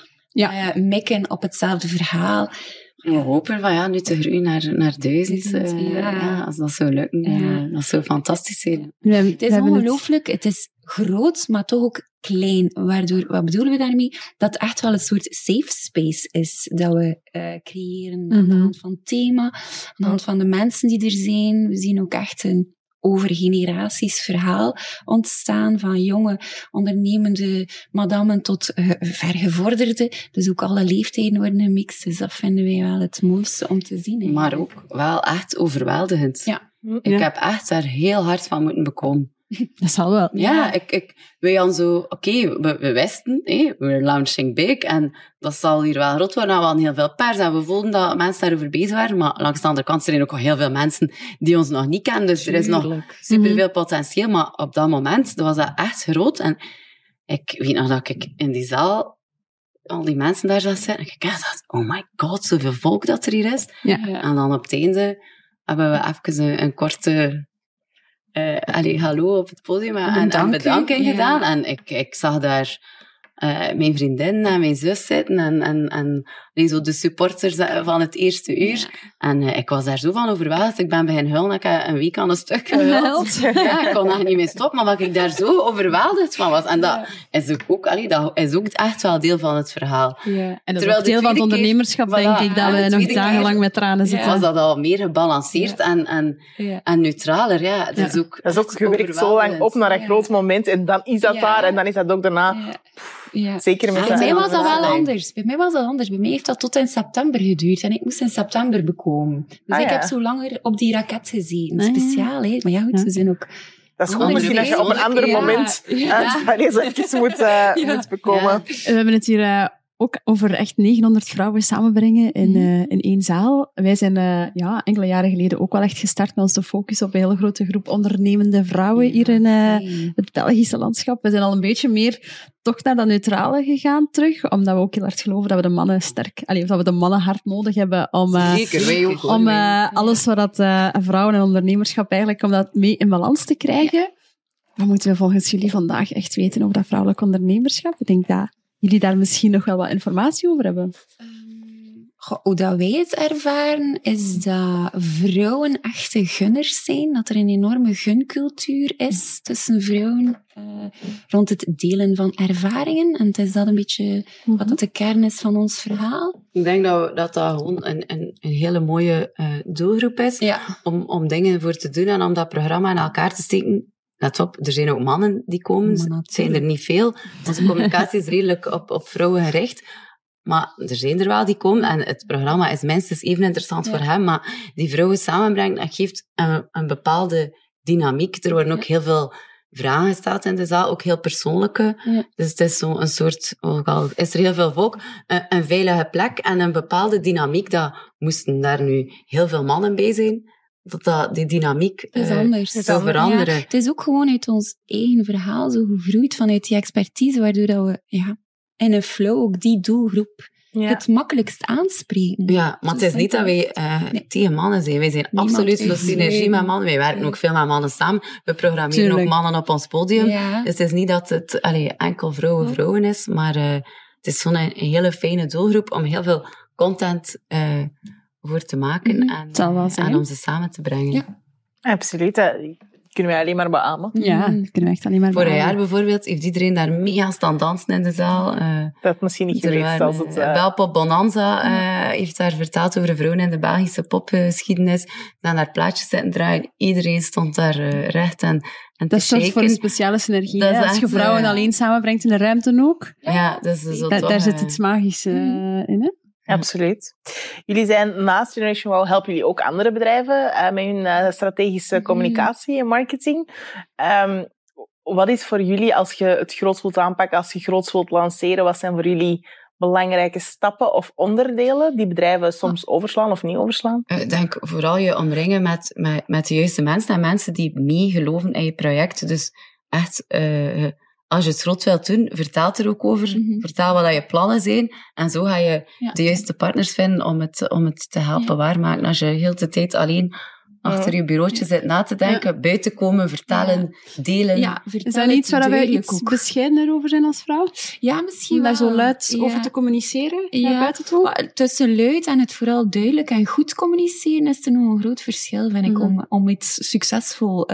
mikken op hetzelfde verhaal. We hopen van nu te groeien naar 1000. Als dat zou lukken, dat zou fantastisch zijn. Het is ongelooflijk. Het is groot, maar toch ook klein. Waardoor, wat bedoelen we daarmee? Dat het echt wel een soort safe space is dat we creëren aan de hand van het thema, aan de hand van de mensen die er zijn. We zien ook echt een over generaties verhaal ontstaan, van jonge ondernemende madammen tot vergevorderde. Dus ook alle leeftijden worden gemixt. Dus dat vinden wij wel het mooiste om te zien. Eigenlijk. Maar ook wel echt overweldigend. Ja. Ik heb echt daar heel hard van moeten bekomen. Dat zal wel. Ja, wij hadden zo... we wisten, we're launching big, en dat zal hier wel groot worden. We hadden heel veel pers, en we voelden dat mensen daarover bezig waren, maar langs de andere kant zijn ook al heel veel mensen die ons nog niet kennen, dus er is nog superveel potentieel, maar op dat moment was dat echt groot, en ik weet nog dat ik in die zaal al die mensen daar zat zitten, en ik dacht, oh my god, zoveel volk dat er hier is. Ja. En dan op het einde hebben we even een korte... hallo op het podium en bedanking gedaan. En ik zag daar mijn vriendin en mijn zus zitten en zo de supporters van het eerste uur. Ja. En ik was daar zo van overweldigd. Ik ben beginnen huilen. Ik heb een week aan een stuk gehuild. Ja, ik kon echt niet meer stoppen, maar ik daar zo overweldigd van was. En dat is ook, dat is ook echt wel deel van het verhaal. Ja. En dat is ook deel van het ondernemerschap, denk ik, dat we nog dagenlang met tranen zitten. Was dat al meer gebalanceerd en neutraler. Ja. Dat is ook je werkt zo lang op naar een groot moment en dan is dat daar en dan is dat ook daarna... Ja. Zeker met bij mij was dat wel anders. Bij mij heeft dat tot in september geduurd. En ik moest in september bekomen. Dus ik heb zo langer op die raket gezeten. Speciaal, hè. Maar ja, goed, we zijn ook... Dat is goed misschien dat je op een ander moment deze even moet bekomen. Ja. We hebben het hier ook over echt 900 vrouwen samenbrengen in één zaal. Wij zijn enkele jaren geleden ook wel echt gestart met ons te focussen op een hele grote groep ondernemende vrouwen hier in het Belgische landschap. We zijn al een beetje meer toch naar dat neutrale gegaan terug, omdat we ook heel hard geloven dat we de mannen of dat we de mannen hard nodig hebben om alles wat vrouwen en ondernemerschap eigenlijk, om dat mee in balans te krijgen. Ja. Dan moeten we volgens jullie vandaag echt weten over dat vrouwelijk ondernemerschap. Ik denk dat jullie daar misschien nog wel wat informatie over hebben. Hoe dat wij het ervaren, is dat vrouwen echte gunners zijn. Dat er een enorme guncultuur is tussen vrouwen rond het delen van ervaringen. En het is dat een beetje wat dat de kern is van ons verhaal. Ik denk dat gewoon een hele mooie doelgroep is om dingen voor te doen en om dat programma in elkaar te steken. let op, er zijn ook mannen die komen. Het zijn er niet veel. Onze communicatie is redelijk op vrouwen gericht. Maar er zijn er wel die komen. En het programma is minstens even interessant voor hem. Maar die vrouwen samenbrengen, dat geeft een bepaalde dynamiek. Er worden ook heel veel vragen gesteld in de zaal, ook heel persoonlijke. Ja. Dus het is zo'n soort, ook al is er heel veel volk, een veilige plek en een bepaalde dynamiek. Dat moesten daar nu heel veel mannen bij zijn, dat die dynamiek zou veranderen. Ja, het is ook gewoon uit ons eigen verhaal zo gegroeid, vanuit die expertise, waardoor dat we in een flow ook die doelgroep het makkelijkst aanspreken. Ja, maar het is niet dat wij tegen mannen zijn. Wij zijn absoluut veel synergie met mannen. Wij werken ook veel met mannen samen. We programmeren ook mannen op ons podium. Ja. Dus het is niet dat het enkel vrouwen is, maar het is zo'n een hele fijne doelgroep om heel veel content voor te maken en om ze samen te brengen. Ja. Absoluut. Kunnen wij alleen maar beamen. Ja, kunnen we echt alleen maar beamen. Voor een jaar bijvoorbeeld heeft iedereen daar mega staan dansen in de zaal. Dat misschien niet geweest als het... Belpop Bonanza heeft daar verteld over vrouwen in de Belgische popgeschiedenis. Dan daar plaatjes zitten draaien. Iedereen stond daar recht en dat zorgt voor een speciale synergie. Als je vrouwen alleen samenbrengt in de ruimte ook. Ja, dat is zo daar zit iets magisch in, hè? Absoluut. Jullie zijn naast Generation Wow, helpen jullie ook andere bedrijven met hun strategische communicatie en marketing. Wat is voor jullie, als je het groots wilt aanpakken, als je groots wilt lanceren, wat zijn voor jullie belangrijke stappen of onderdelen die bedrijven soms overslaan of niet overslaan? Ik denk vooral je omringen met de juiste mensen en mensen die meegeloven in je project. Dus echt... als je het groot wilt doen, vertel er ook over. Vertel wat je plannen zijn. En zo ga je de juiste partners vinden om het te helpen waarmaken. Als je heel de tijd alleen achter je bureautje zit na te denken, buiten komen, vertellen, delen. Ja, is dat iets waar wij iets bescheidener over zijn als vrouw? Ja, misschien om wel. Om daar zo luid over te communiceren naar buiten toe? Tussen luid en het vooral duidelijk en goed communiceren is er nog een groot verschil, vind ik, om iets succesvol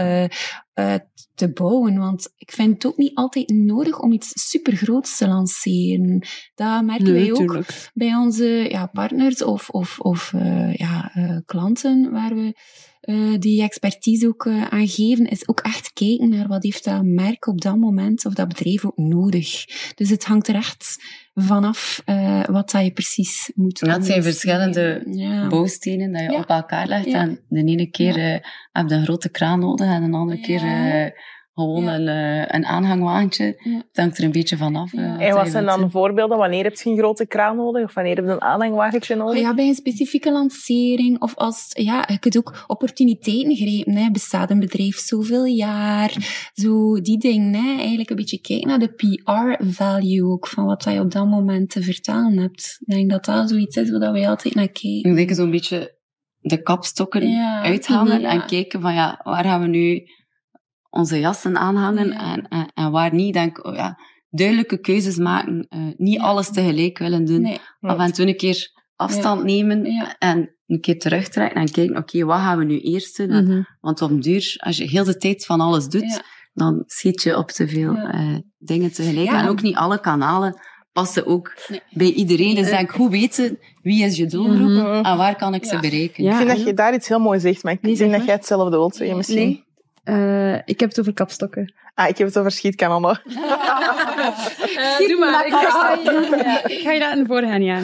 te bouwen. Want ik vind het ook niet altijd nodig om iets supergroots te lanceren. Dat merken wij ook bij onze partners of klanten waar we die expertise ook aan geven, is ook echt kijken naar wat heeft dat merk op dat moment of dat bedrijf ook nodig. Dus het hangt er echt vanaf wat dat je precies moet doen. Dat zijn verschillende bouwstenen dat je op elkaar legt. En de ene keer heb je een grote kraan nodig en de andere keer gewoon een aanhangwagentje. Het hangt er een beetje vanaf. En wat zijn dan voorbeelden? Wanneer heb je een grote kraan nodig? Of wanneer heb je een aanhangwagentje nodig? Ja, bij een specifieke lancering. Of als, je kunt ook opportuniteiten grijpen. Hè. Bestaat een bedrijf zoveel jaar? Zo die dingen. Hè. Eigenlijk een beetje kijken naar de PR-value ook. Van wat je op dat moment te vertellen hebt. Ik denk dat dat zoiets is waar we altijd naar kijken. Ik denk zo'n beetje de kapstokken uithangen. En kijken van waar gaan we nu onze jassen aanhangen en waar niet. Denk, duidelijke keuzes maken. Niet alles tegelijk willen doen. Nee. Af en toe een keer afstand nemen en een keer terugtrekken en kijken, oké, wat gaan we nu eerst doen? Want op duur, als je heel de tijd van alles doet, dan schiet je op te veel dingen tegelijk. En ook niet alle kanalen passen ook bij iedereen. Dus denk, hoe weten wie is je doelgroep en waar kan ik ze bereiken? Ik vind dat je daar iets heel moois zegt, maar ik denk dat jij hetzelfde wilt zeggen misschien. Nee. Ik heb het over kapstokken. Ik heb het over schietkanonnen. Doe maar. Ik ga je dat in voorgaan, Jana.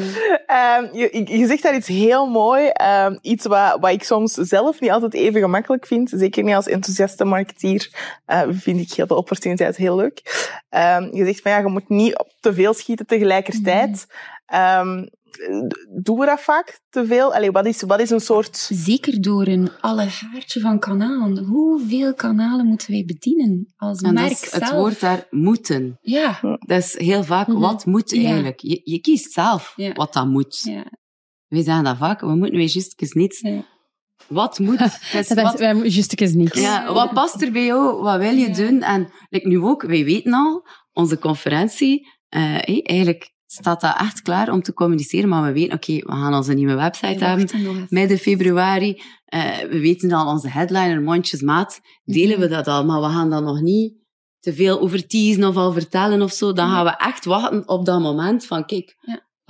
Je zegt daar iets heel mooi. Iets wat ik soms zelf niet altijd even gemakkelijk vind. Zeker niet als enthousiaste marketeer. Vind ik heel veel opportuniteit heel leuk. Je zegt van je moet niet op te veel schieten tegelijkertijd. Doen we dat vaak te veel? Allee, wat is een soort... Zeker door een allegaartje van kanalen. Hoeveel kanalen moeten wij bedienen als merk zelf? Het woord daar, moeten. Ja. Dat is heel vaak, wat moet eigenlijk? Je kiest zelf wat dat moet. Ja. Wij zeggen dat vaak, we moeten wij justjes niets. Ja. Wat moet? Wij moeten justjes niets. Ja, wat past er bij jou? Wat wil je doen? En nu ook, wij weten al, onze conferentie, eigenlijk staat dat echt klaar om te communiceren, maar we weten, oké, we gaan onze nieuwe website hebben, midden februari. We weten al onze headliner, mondjesmaat, delen we dat al, maar we gaan dan nog niet te veel over teasen of al vertellen of zo. Dan gaan we echt wachten op dat moment van, kijk, voilà,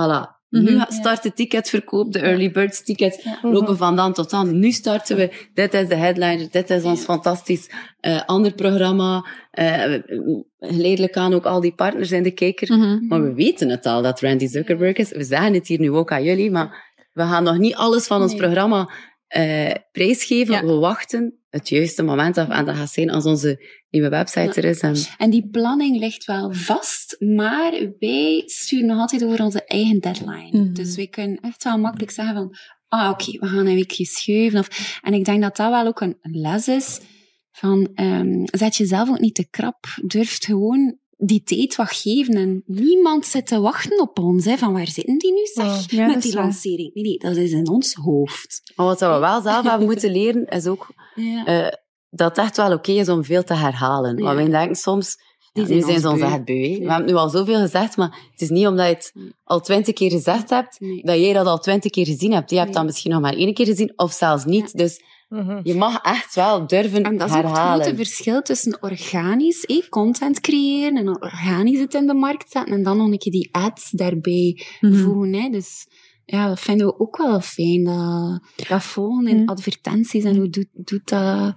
Nu start de ticketverkoop, de early birds tickets lopen van dan tot dan. Nu starten we, dit is de headliner, dit is ons fantastisch ander programma. Geleidelijk aan ook al die partners in de kijker. Maar we weten het al, dat Randy Zuckerberg is. We zeggen het hier nu ook aan jullie, maar we gaan nog niet alles van ons programma prijsgeven. Ja. We wachten het juiste moment af en dat gaat zijn als onze nieuwe website er is. En die planning ligt wel vast, maar wij sturen nog altijd over onze eigen deadline. Dus wij kunnen echt wel makkelijk zeggen van oké, we gaan een weekje schuiven. En ik denk dat dat wel ook een les is van zet jezelf ook niet te krap. Durft gewoon die tijd wat geven. En niemand zit te wachten op ons. Van waar zitten die nu, zeg? Met die lancering. Nee, dat is in ons hoofd. Maar wat we wel zelf hebben moeten leren, is ook dat het echt wel oké is om veel te herhalen. Want wij denken soms, nu zijn ze ons echt beu. We hebben het nu al zoveel gezegd, maar het is niet omdat je het al 20 keer gezegd hebt, dat jij dat al 20 keer gezien hebt. Je hebt dat misschien nog maar 1 keer gezien, of zelfs niet. Dus je mag echt wel durven herhalen. En dat is ook het grote verschil tussen organisch content creëren en organisch het in de markt zetten en dan nog een keer die ads daarbij voegen. Dus ja, dat vinden we ook wel fijn. Dat volgen in advertenties en hoe doet dat...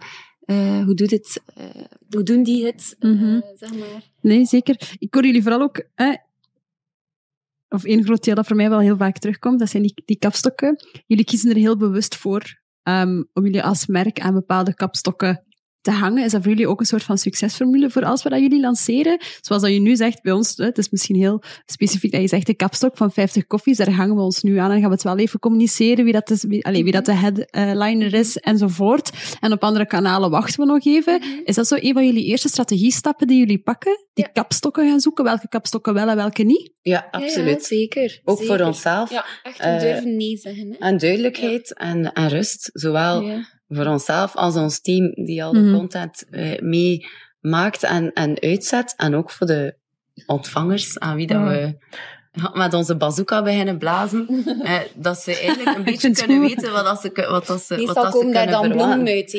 hoe doen die het, zeg maar? Nee, zeker. Ik hoor jullie vooral ook... of één groot deel dat voor mij wel heel vaak terugkomt, dat zijn die kapstokken. Jullie kiezen er heel bewust voor om jullie als merk aan bepaalde kapstokken te hangen. Is dat voor jullie ook een soort van succesformule voor alles wat jullie lanceren? Zoals dat je nu zegt bij ons, het is misschien heel specifiek dat je zegt de kapstok van 50 koffies, daar hangen we ons nu aan en gaan we het wel even communiceren wie dat de headliner is enzovoort. En op andere kanalen wachten we nog even. Is dat zo een van jullie eerste strategiestappen die jullie pakken? Die kapstokken gaan zoeken? Welke kapstokken wel en welke niet? Ja, absoluut. Ja, zeker. Ook voor onszelf. Ja, echt een durven nee zeggen. Hè? En duidelijkheid en rust. Zowel voor onszelf als ons team die al de content mee maakt en uitzet. En ook voor de ontvangers aan wie dat we met onze bazooka beginnen blazen. Dat ze eigenlijk een beetje kunnen weten wat ze kunnen verwachten. Meestal komen daar dan bloemen uit.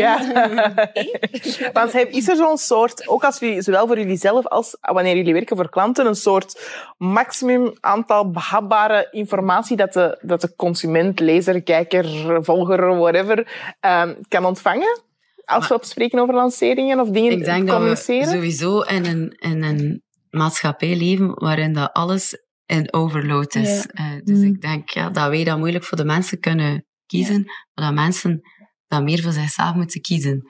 Want is er zo'n soort, ook als jullie, zowel voor jullie zelf als wanneer jullie werken voor klanten, een soort maximum aantal behapbare informatie dat de consument, lezer, kijker, volger, whatever, kan ontvangen? Als we spreken over lanceringen of dingen communiceren? Ik denk dat we sowieso in een maatschappij leven waarin dat alles in overload is. Dus ik denk dat wij dat moeilijk voor de mensen kunnen kiezen, maar dat mensen dat meer voor zichzelf moeten kiezen.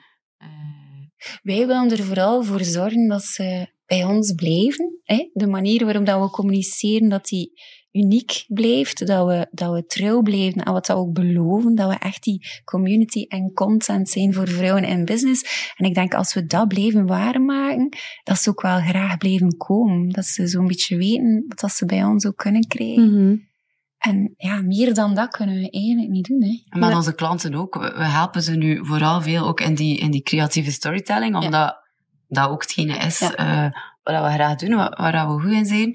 Wij willen er vooral voor zorgen dat ze bij ons blijven. De manier waarop dat we communiceren, dat die uniek blijft, dat we trouw blijven en wat we ook beloven, dat we echt die community en content zijn voor vrouwen in business. En ik denk, als we dat blijven waarmaken, dat ze ook wel graag blijven komen. Dat ze zo'n beetje weten dat ze bij ons ook kunnen krijgen. En ja, meer dan dat kunnen we eigenlijk niet doen. Hè. Maar onze klanten ook. We helpen ze nu vooral veel ook in die creatieve storytelling, omdat dat ook hetgene is wat we graag doen, waar we goed in zijn.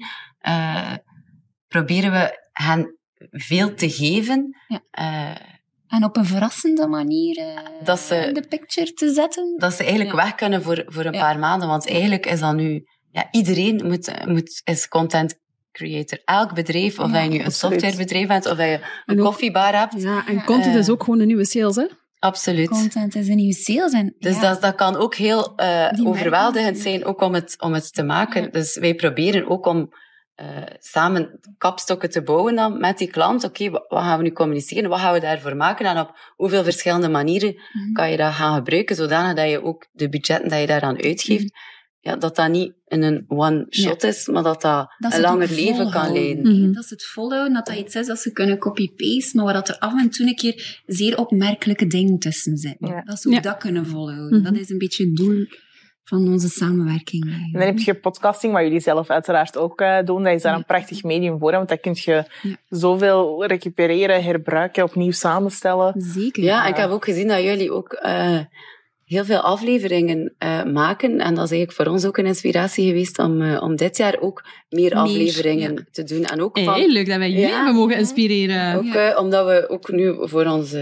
Proberen we hen veel te geven. En op een verrassende manier in de picture te zetten. Dat ze eigenlijk weg kunnen voor een paar maanden. Want eigenlijk is dat nu... Ja, iedereen is content creator. Elk bedrijf, of dat je nu een softwarebedrijf bent, of dat je een koffiebar hebt. Ja, en content is ook gewoon een nieuwe sales, hè? Absoluut. Content is een nieuwe sales. En, dus dat kan ook heel overweldigend zijn, ook om het te maken. Ja. Dus wij proberen ook om samen kapstokken te bouwen dan met die klant. Oké, wat gaan we nu communiceren? Wat gaan we daarvoor maken? En op hoeveel verschillende manieren kan je dat gaan gebruiken, zodanig dat je ook de budgetten dat je daaraan uitgeeft, dat niet in een one-shot is, maar dat een langer leven kan leiden. Dat is het volhouden, dat iets is dat ze kunnen copy-paste, maar dat er af en toe een keer zeer opmerkelijke dingen tussen zitten. Ja. Dat ze ook dat kunnen volhouden. Dat is een beetje het doel van onze samenwerking. En dan heb je podcasting, wat jullie zelf uiteraard ook doen. Dat is daar een prachtig medium voor, want dat kun je zoveel recupereren, herbruiken, opnieuw samenstellen. Zeker. Ja, en ik heb ook gezien dat jullie ook heel veel afleveringen maken. En dat is eigenlijk voor ons ook een inspiratie geweest om dit jaar ook meer afleveringen te doen. En ook Heel leuk dat wij jullie mogen inspireren. Ook omdat we ook nu voor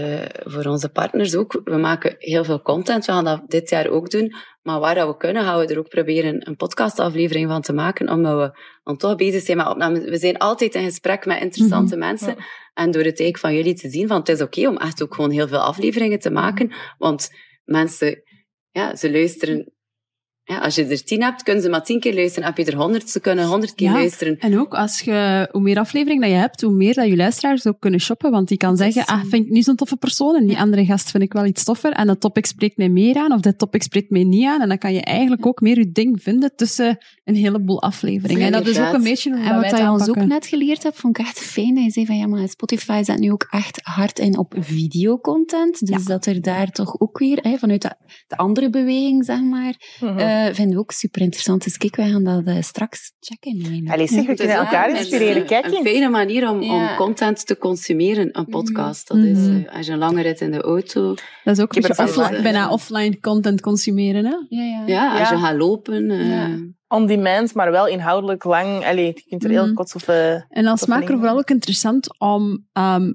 onze partners ook, we maken heel veel content. We gaan dat dit jaar ook doen. Maar waar dat we kunnen, gaan we er ook proberen een podcastaflevering van te maken, omdat we dan toch bezig zijn met opnames. We zijn altijd in gesprek met interessante mensen. Ja. En door het eigenlijk van jullie te zien, van het is oké om echt ook gewoon heel veel afleveringen te maken. Want mensen, ze luisteren. Ja, als je er 10 hebt, kunnen ze maar 10 keer luisteren. Heb je er 100, ze kunnen 100 keer luisteren. En ook, hoe meer afleveringen dat je hebt, hoe meer dat je luisteraars ook kunnen shoppen. Want die kan zeggen, vind ik niet zo'n toffe persoon, en die andere gast vind ik wel iets toffer. En dat topic spreekt mij meer aan, of dat topic spreekt mij niet aan. En dan kan je eigenlijk ook meer je ding vinden tussen een heleboel afleveringen. En dat is ook een beetje hoe wat je ons ook net geleerd hebt, vond ik echt fijn. Dat je zei van, maar Spotify zet nu ook echt hard in op videocontent. Dus dat er daar toch ook weer, vanuit de andere beweging, zeg maar, vinden we ook super interessant. Dus kijk, wij gaan dat straks checken. Allee, zeg, we kunnen elkaar inspireren. Kijk, een fijne manier om content te consumeren, een podcast. Dat is, als je een lange rit in de auto... Dat is ook een beetje bijna offline content consumeren, hè? Ja, als je gaat lopen... On demand, maar wel inhoudelijk lang. Allee, je kunt er heel kort op... En als maker vooral ook interessant om...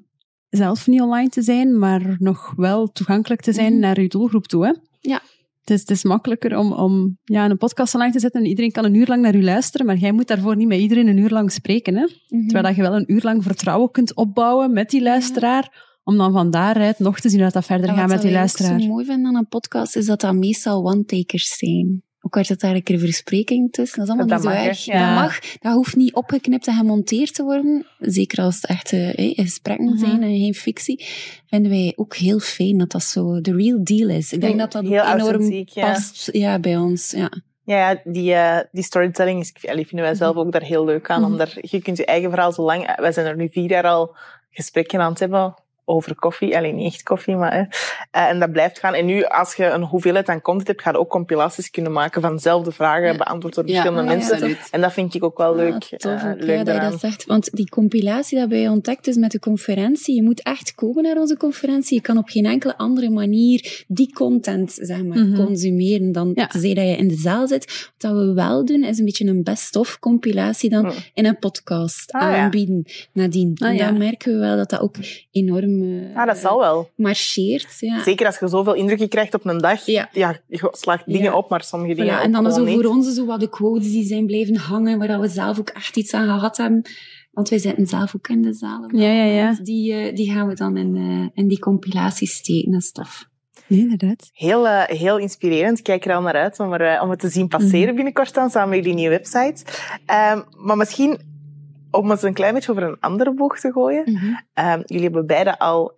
zelf niet online te zijn, maar nog wel toegankelijk te zijn naar je doelgroep toe, hè? Ja. Het is makkelijker om een podcast online te zetten en iedereen kan een uur lang naar u luisteren, maar jij moet daarvoor niet met iedereen een uur lang spreken. Hè? Terwijl dat je wel een uur lang vertrouwen kunt opbouwen met die luisteraar, om dan van daaruit nog te zien dat dat verder gaat met die luisteraar. Wat ik zo mooi vind aan een podcast, is dat meestal one-takers zijn. Ook werd het daar een keer verspreking tussen. Dat is allemaal niet zo erg. Dat mag. Dat hoeft niet opgeknipt en gemonteerd te worden. Zeker als het echt gesprekken zijn en geen fictie. Vinden wij ook heel fijn dat dat zo de real deal is. Ik denk dat dat heel enorm past bij ons. Ja. Die storytelling vinden wij zelf ook daar heel leuk aan. Omdat je kunt je eigen verhaal zo lang... Wij zijn er nu 4 jaar al gesprekken aan het hebben over koffie. Alleen niet echt koffie, maar... en dat blijft gaan. En nu, als je een hoeveelheid aan content hebt, ga je ook compilaties kunnen maken van dezelfde vragen, beantwoord door verschillende mensen. Absoluut. En dat vind ik ook wel leuk. Leuk dat je dat zegt. Want die compilatie dat bij je ontdekt is met de conferentie, je moet echt komen naar onze conferentie. Je kan op geen enkele andere manier die content, zeg maar, consumeren dan tenzij dat je in de zaal zit. Wat we wel doen, is een beetje een best-of compilatie dan in een podcast aanbieden nadien. En dan merken we wel dat dat ook enorm dat zal wel. Marcheert. Ja. Zeker als je zoveel indrukken krijgt op een dag. Ja, je slaagt dingen op, maar sommige dingen ook en dan is zo voor ons zo wat de quotes die zijn blijven hangen, waar we zelf ook echt iets aan gehad hebben. Want wij zitten zelf ook in de zaal. Ja. Die gaan we dan in die compilaties steken en stof. Nee, inderdaad. Heel inspirerend. Ik kijk er al naar uit om het te zien passeren binnenkort dan, samen met die nieuwe website. Maar misschien... Om het een klein beetje over een andere boeg te gooien. Jullie hebben beide al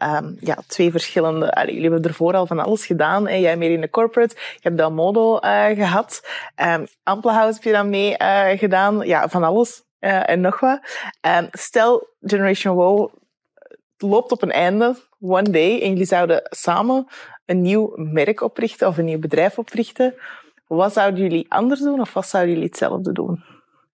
2 verschillende... jullie hebben ervoor al van alles gedaan. Hè. Jij meer in de corporate. Je hebt Delmodo gehad. Amplehouse heb je dan mee gedaan. Ja, van alles. En nog wat. Stel, Generation WOW loopt op een einde. One day. En jullie zouden samen een nieuw merk oprichten. Of een nieuw bedrijf oprichten. Wat zouden jullie anders doen? Of wat zouden jullie hetzelfde doen?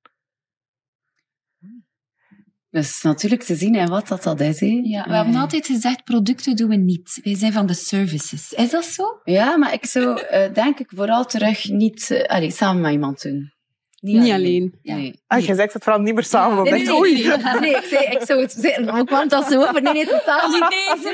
Dus natuurlijk te zien wat dat is. Hè. Ja, we hebben altijd gezegd, producten doen we niet. Wij zijn van de services. Is dat zo? Ja, maar ik zou denk ik vooral terug niet samen met iemand doen. Niet alleen. Ja. Nee. Je zegt het vooral niet meer samen. Nee, ik zou het zeggen. Hoe kwam dat zo over? Nee, totaal niet.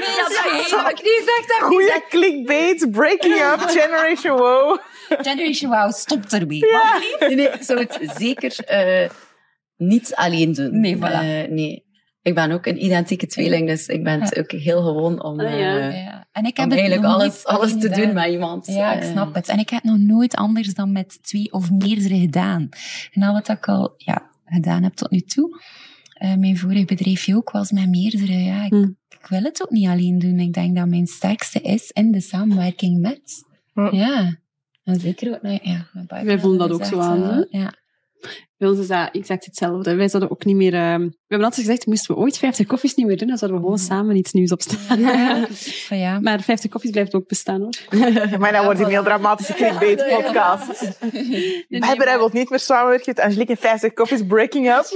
Goeie clickbait, breaking up, Generation WOW. Generation WOW, stop ermee. Ja. Nee, ik zou het zeker... niet alleen doen. Nee, voilà. Nee. Ik ben ook een identieke tweeling, dus ik ben het ook heel gewoon om, En ik heb om eigenlijk alles te doen met iemand. Ja, ik snap het. En ik heb het nog nooit anders dan met 2 of meerdere gedaan. En al wat ik al gedaan heb tot nu toe, mijn vorig bedrijfje ook was met meerdere. Ja, ik wil het ook niet alleen doen. Ik denk dat mijn sterkste is in de samenwerking met. Ja. En zeker ook met wij voelen dat ook zo aan. Ja. Bij ons is dat exact hetzelfde. Wij zouden ook niet meer... we hebben altijd gezegd, moesten we ooit 50 koffies niet meer doen, dan zouden we gewoon samen iets nieuws opstaan. Ja. Maar 50 koffies blijft ook bestaan, hoor. Maar dan wordt het een heel dramatische clickbait-podcast. Wij wil niet meer samenwerken met Angelique en 50 koffies breaking up.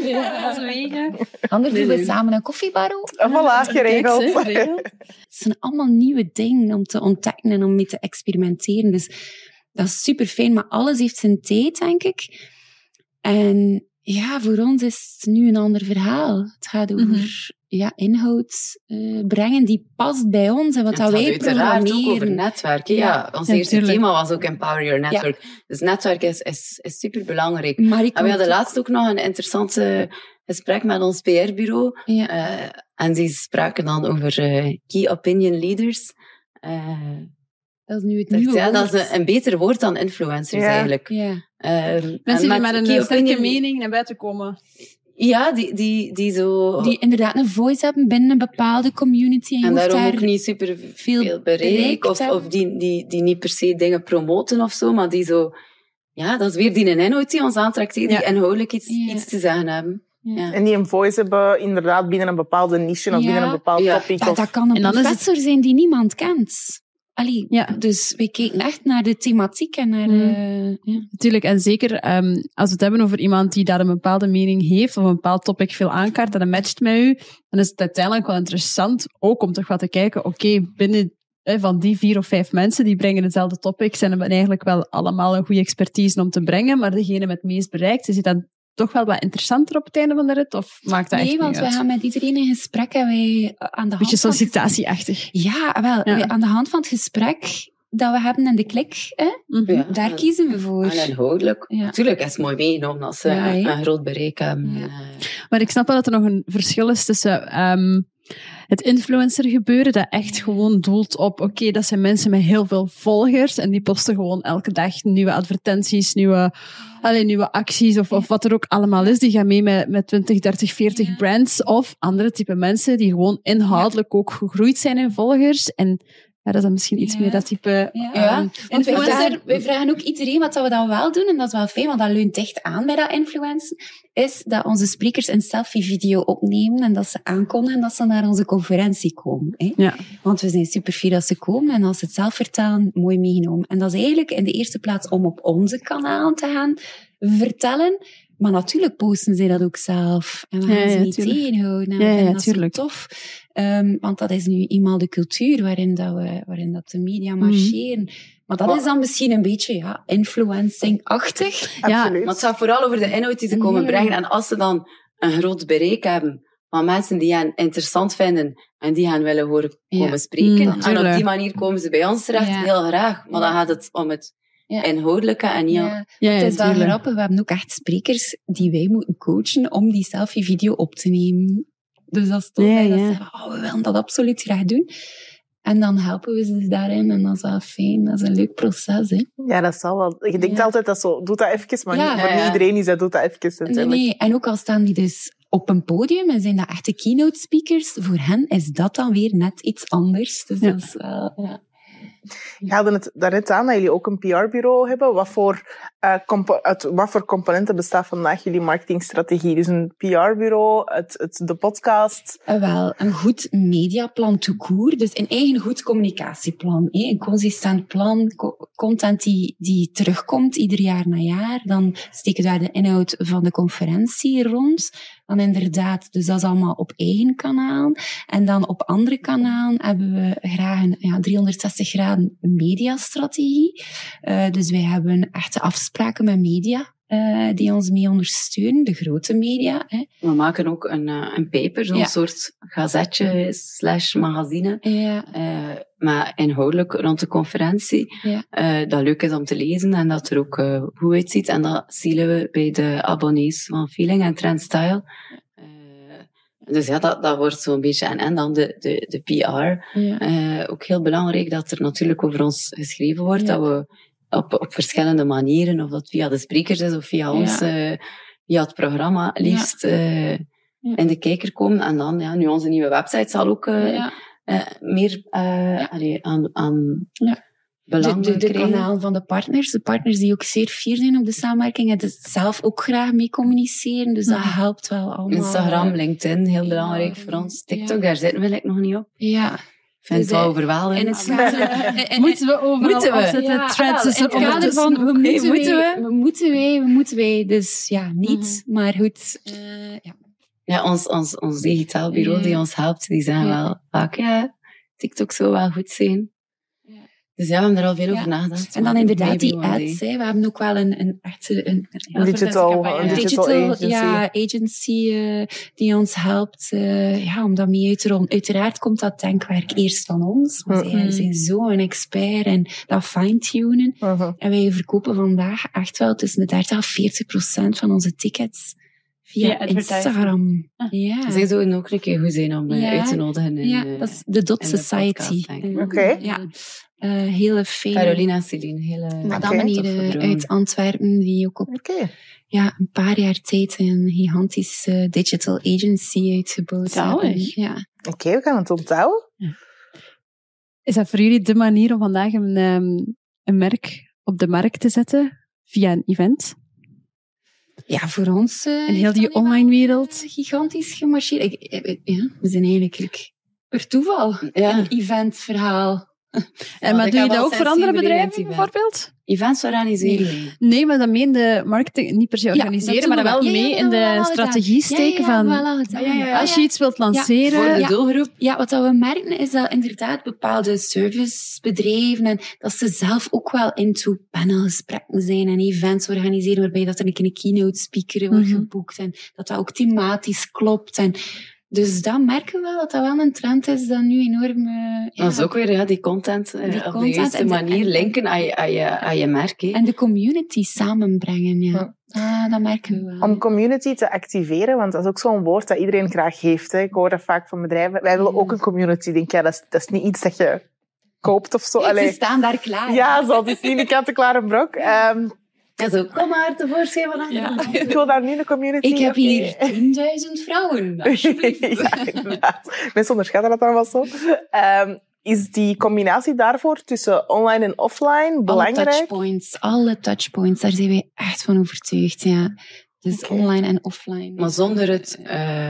Anders doen we samen een koffiebar op. Voilà, geregeld. Het zijn allemaal nieuwe dingen om te ontdekken en om mee te experimenteren. Dus dat is super fijn, maar alles heeft zijn tijd, denk ik. En ja, voor ons is het nu een ander verhaal. Het gaat over inhoud brengen die past bij ons en wat dat wij programmeren. Ook over netwerken. Ja, ons eerste thema was ook Empower Your Network. Ja. Dus netwerk is superbelangrijk. En we hadden laatst ook nog een interessante gesprek met ons PR-bureau. Ja. En die spraken dan over Key Opinion Leaders. Dat is nu het nieuwe woord. Dat is een beter woord dan influencers eigenlijk. Ja. Mensen die met een sterke mening naar buiten komen. Ja, die zo... Die inderdaad een voice hebben binnen een bepaalde community. En daarom ook niet super veel bereik. Of die niet per se dingen promoten of zo, maar die zo... Ja, dat is weer die inhoud die ons aantrekt, die inhoudelijk iets te zeggen hebben. Ja. En die een voice hebben inderdaad binnen een bepaalde niche of binnen een bepaald topic. Dat kan een professor zijn die niemand kent. Dus we kijken echt naar de thematiek en naar... Natuurlijk, en zeker als we het hebben over iemand die daar een bepaalde mening heeft of een bepaald topic veel aankaart en dat matcht met u, dan is het uiteindelijk wel interessant ook om toch wat te kijken, oké, binnen van die 4 of 5 mensen die brengen dezelfde topics en hebben eigenlijk wel allemaal een goede expertise om te brengen, maar degene met het meest bereikt, is het dan toch wel wat interessanter op het einde van de rit? Of maakt dat echt niet uit? Nee, want wij gaan met iedereen in gesprek en wij aan de hand... Beetje sollicitatieachtig. Ja, wel. Wij aan de hand van het gesprek dat we hebben in de klik, daar kiezen we voor. En inhoudelijk. Natuurlijk is het mooi meegenomen als ze een groot bereik hebben. Ja. Maar ik snap wel dat er nog een verschil is tussen... het influencer gebeuren, dat echt gewoon doelt op, oké, dat zijn mensen met heel veel volgers en die posten gewoon elke dag nieuwe advertenties, nieuwe acties of wat er ook allemaal is. Die gaan mee met 20, 30, 40 brands of andere type mensen die gewoon inhoudelijk ook gegroeid zijn in volgers. En dat is dan misschien iets meer dat type influencer. Wij vragen ook iedereen wat we dan wel doen, en dat is wel fijn, want dat leunt dicht aan bij dat influencen, is dat onze sprekers een selfie-video opnemen en dat ze aankondigen dat ze naar onze conferentie komen. Hè? Ja. Want we zijn super fier dat ze komen en als ze het zelf vertellen, mooi meegenomen. En dat is eigenlijk in de eerste plaats om op onze kanaal te gaan vertellen. Maar natuurlijk posten zij dat ook zelf. En we gaan ze niet tegenhouden. En dat is zo tof. Want dat is nu eenmaal de cultuur waarin dat de media marcheren. Maar dat is dan misschien een beetje influencing-achtig. Ja, maar het gaat vooral over de inhoud die ze komen brengen. En als ze dan een groot bereik hebben van mensen die hen interessant vinden en die hen willen horen komen spreken. En op die manier komen ze bij ons terecht, heel graag. Maar dan gaat het om het inhoudelijke en niet... Het is wel grappig, we hebben ook echt sprekers die wij moeten coachen om die selfie-video op te nemen. Dus dat is tof. Dat ze zeggen, we willen dat absoluut graag doen. En dan helpen we ze daarin en dat is wel fijn. Dat is een leuk proces, hè. Ja, dat zal wel. Je denkt altijd dat zo, doe dat even, maar voor niet iedereen is dat, doet dat even. Nee. En ook al staan die dus op een podium en zijn dat echte keynote speakers, voor hen is dat dan weer net iets anders. Dus dat is wel... Je haalde het daarnet aan dat jullie ook een PR-bureau hebben. Wat voor componenten bestaat vandaag jullie marketingstrategie? Dus een PR-bureau, de podcast? Wel, een goed mediaplan tout court. Dus een eigen goed communicatieplan. Een consistent plan, content die terugkomt ieder jaar na jaar. Dan steken we daar de inhoud van de conferentie rond. Dan inderdaad, dus dat is allemaal op eigen kanaal. En dan op andere kanalen hebben we graag een 360 graden mediastrategie. Dus wij hebben echte afspraken met media die ons mee ondersteunen, de grote media. Hè. We maken ook een paper, zo'n soort gazetje / magazine. Maar inhoudelijk rond de conferentie. Dat leuk is om te lezen en dat er ook goed uitziet. En dat zien we bij de abonnees van Feeling en Trendstyle. Dus dat wordt zo'n beetje... En dan de PR. Ook heel belangrijk dat er natuurlijk over ons geschreven wordt. Dat we op verschillende manieren, of dat via de sprekers is of via ons, via het programma, liefst in de kijker komen. En dan, nu onze nieuwe website zal ook meer belangen kanalen van de partners. De partners die ook zeer fier zijn op de samenwerking. En dus zelf ook graag mee communiceren. Dus dat helpt wel allemaal. Instagram, LinkedIn, heel belangrijk voor ons. TikTok, daar zitten we eigenlijk nog niet op. Ja. Ik vind het wel overweldigend. Moeten we overal opzetten? Ja, Trends is in het kader van, we moeten wij. Dus ja, niet. Maar goed. Ja, ons digitaal bureau die ons helpt, die zeggen wel vaak, TikTok zou wel goed zijn. Dus ja, we hebben er al veel over nagedacht. En dan inderdaad die ads. We hebben ook wel een digital agency die ons helpt. Om dat mee uit te rollen. Uiteraard komt dat denkwerk eerst van ons. Maar zij zijn zo'n expert en dat fine-tunen. En wij verkopen vandaag echt wel tussen de 30 en 40% van onze tickets via Instagram. Ja. Zij zouden ook een keer goed zijn om uit te nodigen. Dat is de Dot Society. Oké. Hele fijne... Carolina en Celine, hele... Madame hier uit Antwerpen, die ook op een paar jaar tijd een gigantische digital agency uitgebouwd hebben. Oké, we gaan het onthouden. Is dat voor jullie de manier om vandaag een merk op de markt te zetten via een event? Ja, voor ons... en heel die online wereld. Gigantisch gemarcheerd. We zijn eigenlijk per toeval een eventverhaal. Maar doe je dat ook voor andere bedrijven, bijvoorbeeld? Events organiseren? Nee, maar dat de marketing niet per se organiseren, maar dat wel mee in de strategie steken van... Als je iets wilt lanceren... Voor de doelgroep. Ja, wat we merken is dat inderdaad bepaalde servicebedrijven en dat ze zelf ook wel into panelgesprekken zijn en events organiseren waarbij dat er een keynote speaker wordt geboekt en dat ook thematisch klopt en... Dus dat merken we wel, dat wel een trend is dat nu enorm... Dat is ook weer die content op de juiste manier linken aan je merk. En de community samenbrengen, dat merken we wel. Om community te activeren, want dat is ook zo'n woord dat iedereen graag heeft. Hè. Ik hoor dat vaak van bedrijven. Wij willen ook een community. Denk dat is niet iets dat je koopt of zo. Ze staan daar klaar. Ja, zo, het is niet een kant-en-klare brok. Ja, zo, kom maar tevoorschijn vanaf. Ik wil daar nu een community. Ik heb hier 10.000 vrouwen, alsjeblieft. Ja, inderdaad. Mensen onderschatten dat dan wel zo. Is die combinatie daarvoor tussen online en offline belangrijk? Alle touchpoints, daar zijn wij echt van overtuigd, ja. Dus online en offline. Maar zonder het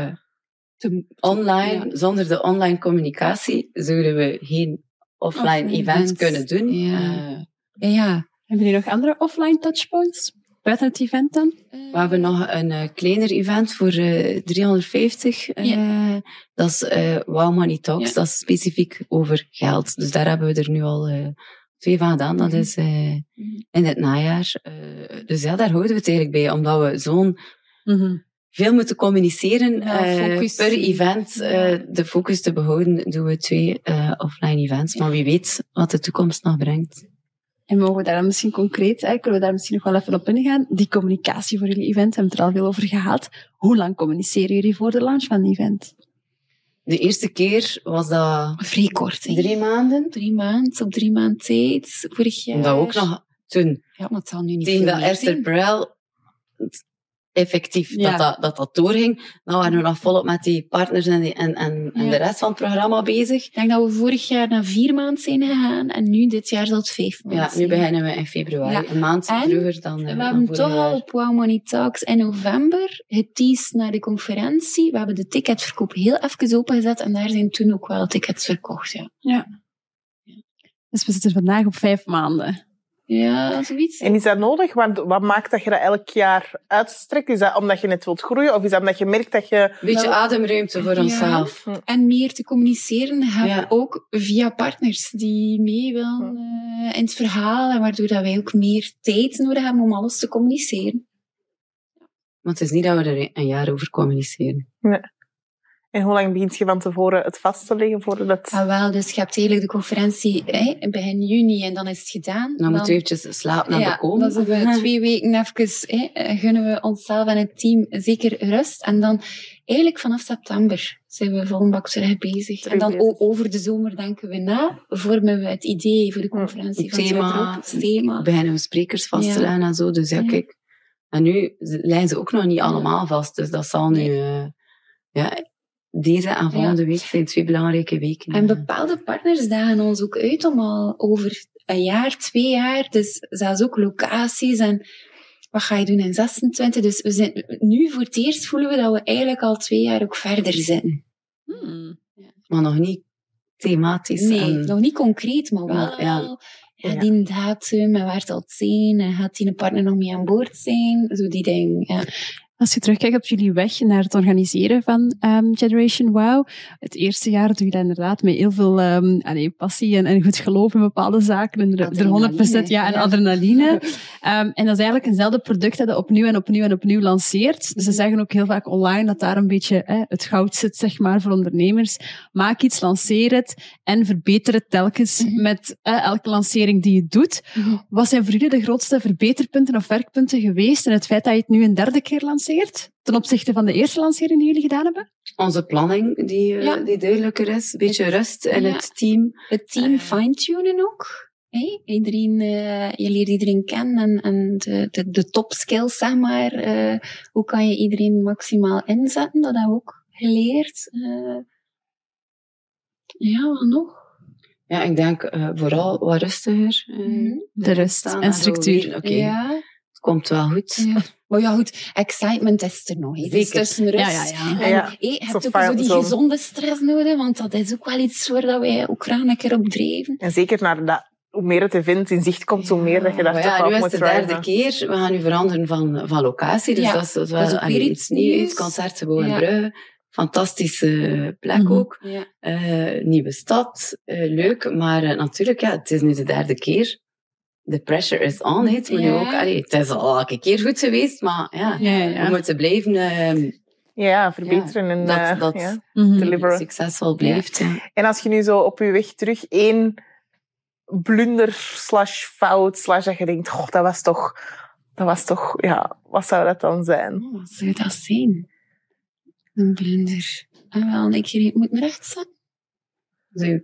zonder de online communicatie zouden we geen offline events kunnen doen. Ja. Hebben jullie nog andere offline touchpoints? Buiten het event dan? We hebben nog een kleiner event voor 350. Dat is Wow Money Talks. Dat is specifiek over geld. Dus daar hebben we er nu al 2 van gedaan. Dat is in het najaar. Dus ja, daar houden we het eigenlijk bij. Omdat we zo'n veel moeten communiceren per event. De focus te behouden doen we 2 offline events. Maar wie weet wat de toekomst nog brengt. En mogen we daar dan misschien concreet, kunnen we daar misschien nog wel even op ingaan? Die communicatie voor jullie event, hebben we het er al veel over gehad. Hoe lang communiceren jullie voor de launch van een event? De eerste keer was dat... Vrij kort. 3 maanden. 3 maanden, op 3 maanden tijd, vorig jaar. Dat ook nog toen. Ja, maar het zal nu niet tegen dat Esther Perel effectief dat doorging, dan waren we nog volop met die partners en de rest van het programma bezig. Ik denk dat we vorig jaar naar 4 maanden zijn gegaan en nu dit jaar zal het 5 maanden zijn. Nu beginnen we in februari, een maand vroeger dan we hebben toch al op Wow Money Talks in november geteased naar de conferentie. We hebben de ticketverkoop heel even opengezet en daar zijn toen ook wel tickets verkocht. Ja. Dus we zitten vandaag op 5 maanden. Ja, zoiets. En is dat nodig? Wat maakt dat je dat elk jaar uitstrekt? Is dat omdat je net wilt groeien? Of is dat omdat je merkt dat je... Een beetje ademruimte voor onszelf. En meer te communiceren hebben we ook via partners die mee willen in het verhaal. En waardoor dat wij ook meer tijd nodig hebben om alles te communiceren. Want het is niet dat we er een jaar over communiceren. Nee. En hoe lang begint je van tevoren het vast te leggen voordat... Dus je hebt eigenlijk de conferentie begin juni en dan is het gedaan. Dan moeten we eventjes slapen en bekomen. Dan zijn we 2 weken even, gunnen we onszelf en het team zeker rust. En dan eigenlijk vanaf september zijn we vol bak terug bezig. En dan over de zomer denken we na, vormen we het idee voor de conferentie. Het thema. Beginnen we sprekers vast te leggen en zo. Dus kijk. En nu lijnen ze ook nog niet allemaal vast. Dus dat zal nu... deze en volgende week zijn 2 belangrijke weken. En bepaalde partners dagen ons ook uit om al over 1 jaar, 2 jaar, dus zelfs ook locaties en wat ga je doen in 26. Dus we zijn, nu voor het eerst voelen we dat we eigenlijk al 2 jaar ook verder zitten. Maar nog niet thematisch. Nee, nog niet concreet, maar wel. Ja. Die datum, en waar het al zijn, en gaat die een partner nog mee aan boord zijn, zo die dingen. Ja. Als je terugkijkt op jullie weg naar het organiseren van Generation Wow, het eerste jaar doe je dat inderdaad met heel veel passie en goed geloof in bepaalde zaken. En er 100% en adrenaline. En dat is eigenlijk eenzelfde product dat je opnieuw lanceert. Dus ze zeggen ook heel vaak online dat daar een beetje het goud zit, zeg maar, voor ondernemers. Maak iets, lanceer het en verbeter het telkens met elke lancering die je doet. Wat zijn voor jullie de grootste verbeterpunten of werkpunten geweest in het feit dat je het nu een 3e keer lanceert? Ten opzichte van de eerste lancering die jullie gedaan hebben? Onze planning, die duidelijker is. Een beetje rust in het team. Het team fine-tunen ook. Iedereen, je leert iedereen kennen en de top skills, zeg maar. Hoe kan je iedereen maximaal inzetten? Dat hebben we ook geleerd. Wat nog? Ja, ik denk vooral wat rustiger. De rust en structuur. Het komt wel goed. Ja. Maar ja, goed, excitement is er nog. Zeker. Dus tussen rust. En je hebt ook zo die gezonde stress nodig, want dat is ook wel iets waar wij ook graag een keer op drijven. En zeker naar dat, hoe meer het event in zicht komt, hoe meer dat je daar toch op moet driven. Nu is de 3e keer. We gaan nu veranderen van locatie. Dus dat is wel iets nieuws. Concertgebouw in Brugge. Fantastische plek ook. Nieuwe stad. Leuk. Maar natuurlijk, het is nu de 3e keer. The pressure is on, het moet nu ook. Het is al elke keer goed geweest, maar we moeten blijven verbeteren en dat deliveren. Succesvol blijft. Ja. En als je nu zo op je weg terug 1 blunder /fout dat je denkt, dat was toch, wat zou dat dan zijn? Wat zou dat zijn? Een blunder. En wel, ik moet me recht zetten.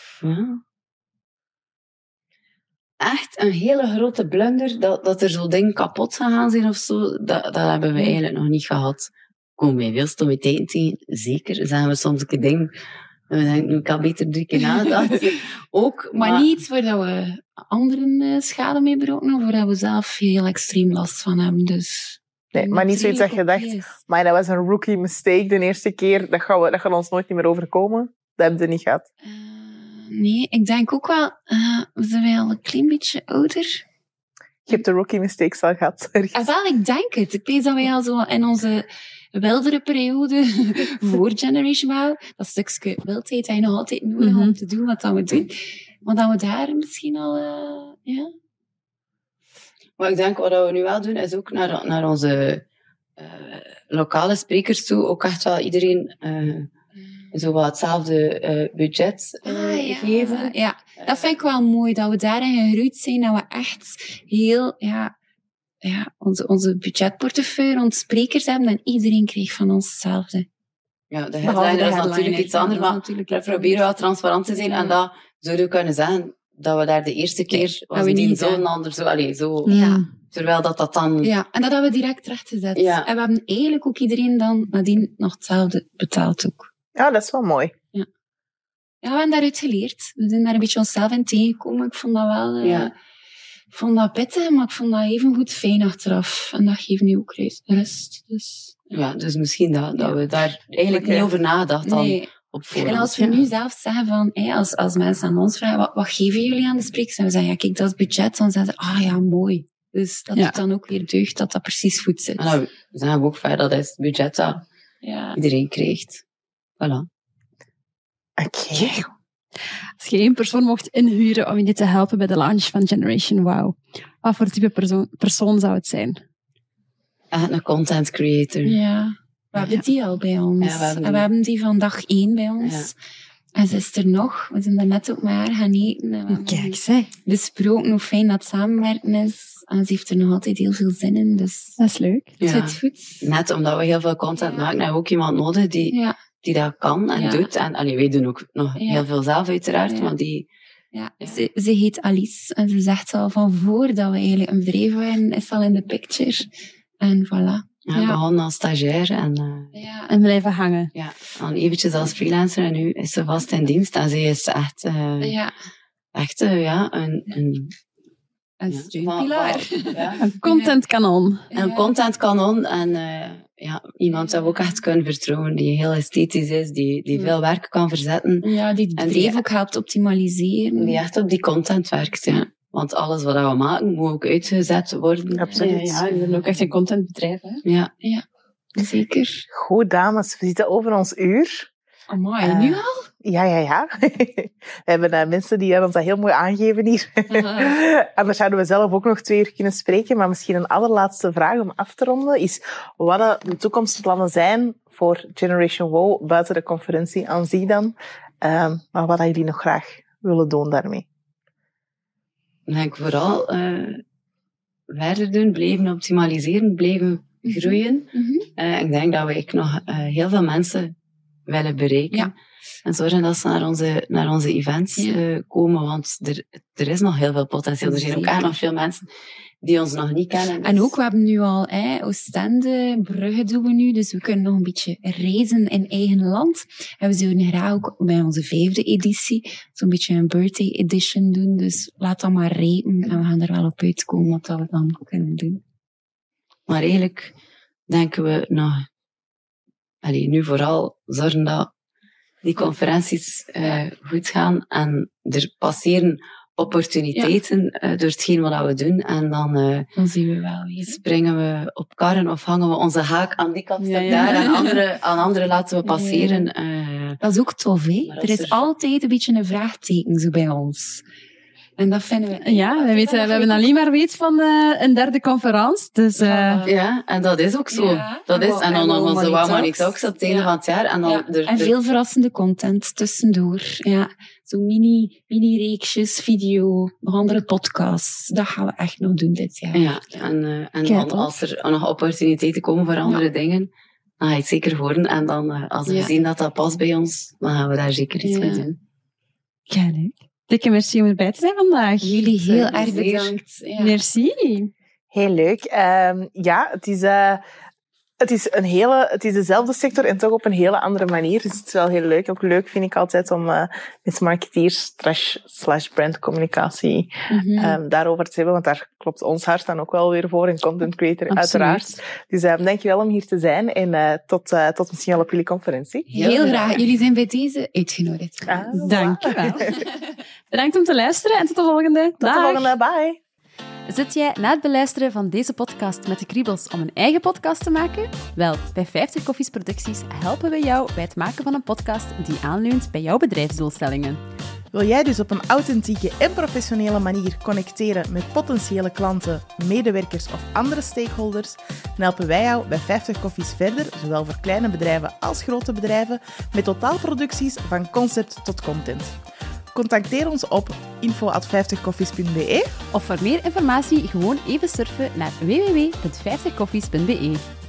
Echt een hele grote blunder, dat er zo dingen kapot gaan zijn of zo, dat hebben we eigenlijk nog niet gehad. Komen wij veel stommiteiten tegen? Zeker. Zeggen we soms een ding, we denken, ik had beter 3 keer nagedacht. Ook, maar niet iets waar we anderen schade mee berokken, of waar we zelf heel extreem last van hebben. Dus nee, maar niet zoiets dat je dacht, maar dat was een rookie mistake de eerste keer, dat gaat ons nooit meer overkomen. Dat hebben we niet gehad. Nee, ik denk ook wel, we zijn wel een klein beetje ouder. Je hebt de rookie mistakes al gehad. Wel, ik denk het. Ik weet dat wij al zo in onze wildere periode voor Generation Wow, dat stukje wildheid heb je nog altijd nodig om te doen wat we doen. Maar dat we daar misschien al, Maar ik denk, wat we nu wel doen, is ook naar onze lokale sprekers toe, ook echt wel iedereen zo wat hetzelfde budget geven. Ja, dat vind ik wel mooi, dat we daarin gegroeid zijn, dat we echt heel, onze budgetportefeuille, onze sprekers hebben, en iedereen kreeg van ons hetzelfde. Ja, de headliner is natuurlijk iets anders, maar we proberen wel transparant te zijn, en dat zouden we kunnen zeggen, dat we daar de eerste keer, was het niet zo, een ander zo, terwijl dat dan... Ja, en dat hebben we direct rechtgezet. Ja. En we hebben eigenlijk ook iedereen dan nadien nog hetzelfde betaald ook. Ja, dat is wel mooi. Ja, we hebben daaruit geleerd. We zijn daar een beetje onszelf in tegengekomen. Ik vond dat wel... Ik vond dat pittig, maar ik vond dat even goed fijn achteraf. En dat geeft nu ook rust. Dus, dus misschien dat we daar eigenlijk niet over nagedacht dan op voorhand. En als we nu zelf zeggen van... Als mensen aan ons vragen, wat geven jullie aan de sprekers? En we zeggen, kijk, dat is budget. Dan zeggen ze, mooi. Dus dat doet dan ook weer deugd dat dat precies goed zit. En dan zeggen we ook verder, dat is het budget dat iedereen krijgt. Voilà. Oké. Als je 1 persoon mocht inhuren om je te helpen bij de launch van Generation Wow, wat voor type persoon zou het zijn? Een content creator. Ja, we hebben die al bij ons. We hebben die van dag 1 bij ons. Ja. En ze is er nog. We zijn daar net ook met haar gaan eten. Kijk, zeg. Besproken hoe fijn dat samenwerken is. En ze heeft er nog altijd heel veel zin in. Dus dat is leuk. Het zit goed. Net omdat we heel veel content maken, hebben we ook iemand nodig die dat kan en doet. En wij doen ook nog heel veel zelf uiteraard, maar die... Ja, ze heet Alice en ze zegt al van voordat we eigenlijk een bedrijf waren, is al in de picture. En voilà. Ja, begonnen als stagiair en blijven hangen. Ja, dan eventjes als freelancer en nu is ze vast in dienst. En ze is echt, een steunpilaar. Een contentkanon. Een contentkanon en iemand dat we ook echt kunnen vertrouwen, die heel esthetisch is, die veel werk kan verzetten. Ja, die het bedrijf ook helpt optimaliseren. Die echt op die content werkt, ja. Want alles wat we maken moet ook uitgezet worden. Absoluut. Ja, je bent ook echt een contentbedrijf, hè? Ja. Zeker. Goed, dames. We zitten over ons uur. Amai, nu al? Ja. We hebben mensen die ons dat heel mooi aangeven hier. Anders zouden we zelf ook nog 2 uur kunnen spreken. Maar misschien een allerlaatste vraag om af te ronden is wat de toekomstplannen zijn voor Generation WOW buiten de conferentie aan zich dan. Maar wat jullie nog graag willen doen daarmee. Ik denk vooral verder doen, blijven optimaliseren, blijven groeien. Ik denk dat we nog heel veel mensen willen bereiken. Ja. En zorgen dat ze naar onze events komen, want er is nog heel veel potentieel. Er zijn ook echt nog veel mensen die ons nog niet kennen. En ook, we hebben nu al Oostende, Brugge doen we nu, dus we kunnen nog een beetje reizen in eigen land. En we zouden graag ook bij onze 5e editie zo'n beetje een birthday edition doen, dus laat dat maar rijpen en we gaan er wel op uitkomen wat we dan kunnen doen. Maar eigenlijk denken we nog, nu vooral zorgen dat die conferenties goed gaan en er passeren opportuniteiten door hetgeen wat we doen. En dan zien we wel weer. Springen we op karren of hangen we onze haak aan die kant daar en andere laten we passeren. Dat is ook tof, hè? Er is altijd een beetje een vraagteken zo bij ons. En dat vinden we... Ja, we hebben alleen maar weet van een 3e conferentie. Dus, ja, en dat is ook zo. Ja. Dat is, en dan nog onze Money Talks op het einde van het jaar. En, dan en veel verrassende content tussendoor. Ja. Zo mini-reeksjes, video, nog andere podcasts. Dat gaan we echt nog doen dit jaar. Ja, en dan, als er nog opportuniteiten komen voor andere dingen, dan ga je het zeker horen. En dan, als we zien dat dat past bij ons, dan gaan we daar zeker iets mee doen. Kijk. Dikke merci om erbij te zijn vandaag. Jullie heel erg bedankt. Ja. Merci. Heel leuk. Het is dezelfde sector en toch op een hele andere manier. Dus het is wel heel leuk. Ook leuk vind ik altijd om met marketeers / brandcommunicatie daarover te hebben. Want daar klopt ons hart dan ook wel weer voor. En content creator uiteraard. Dus dankjewel om hier te zijn. En tot misschien wel op jullie conferentie. Heel graag. Jullie zijn bij deze uitgenodigd. Dankjewel. Bedankt om te luisteren en tot de volgende. Tot de volgende. Bye. Zit jij na het beluisteren van deze podcast met de kriebels om een eigen podcast te maken? Wel, bij 50 Koffies Producties helpen we jou bij het maken van een podcast die aanleunt bij jouw bedrijfsdoelstellingen. Wil jij dus op een authentieke en professionele manier connecteren met potentiële klanten, medewerkers of andere stakeholders? Dan helpen wij jou bij 50 Koffies verder, zowel voor kleine bedrijven als grote bedrijven, met totaalproducties van concept tot content. Contacteer ons op info@50koffies.be of voor meer informatie gewoon even surfen naar www.50koffies.be.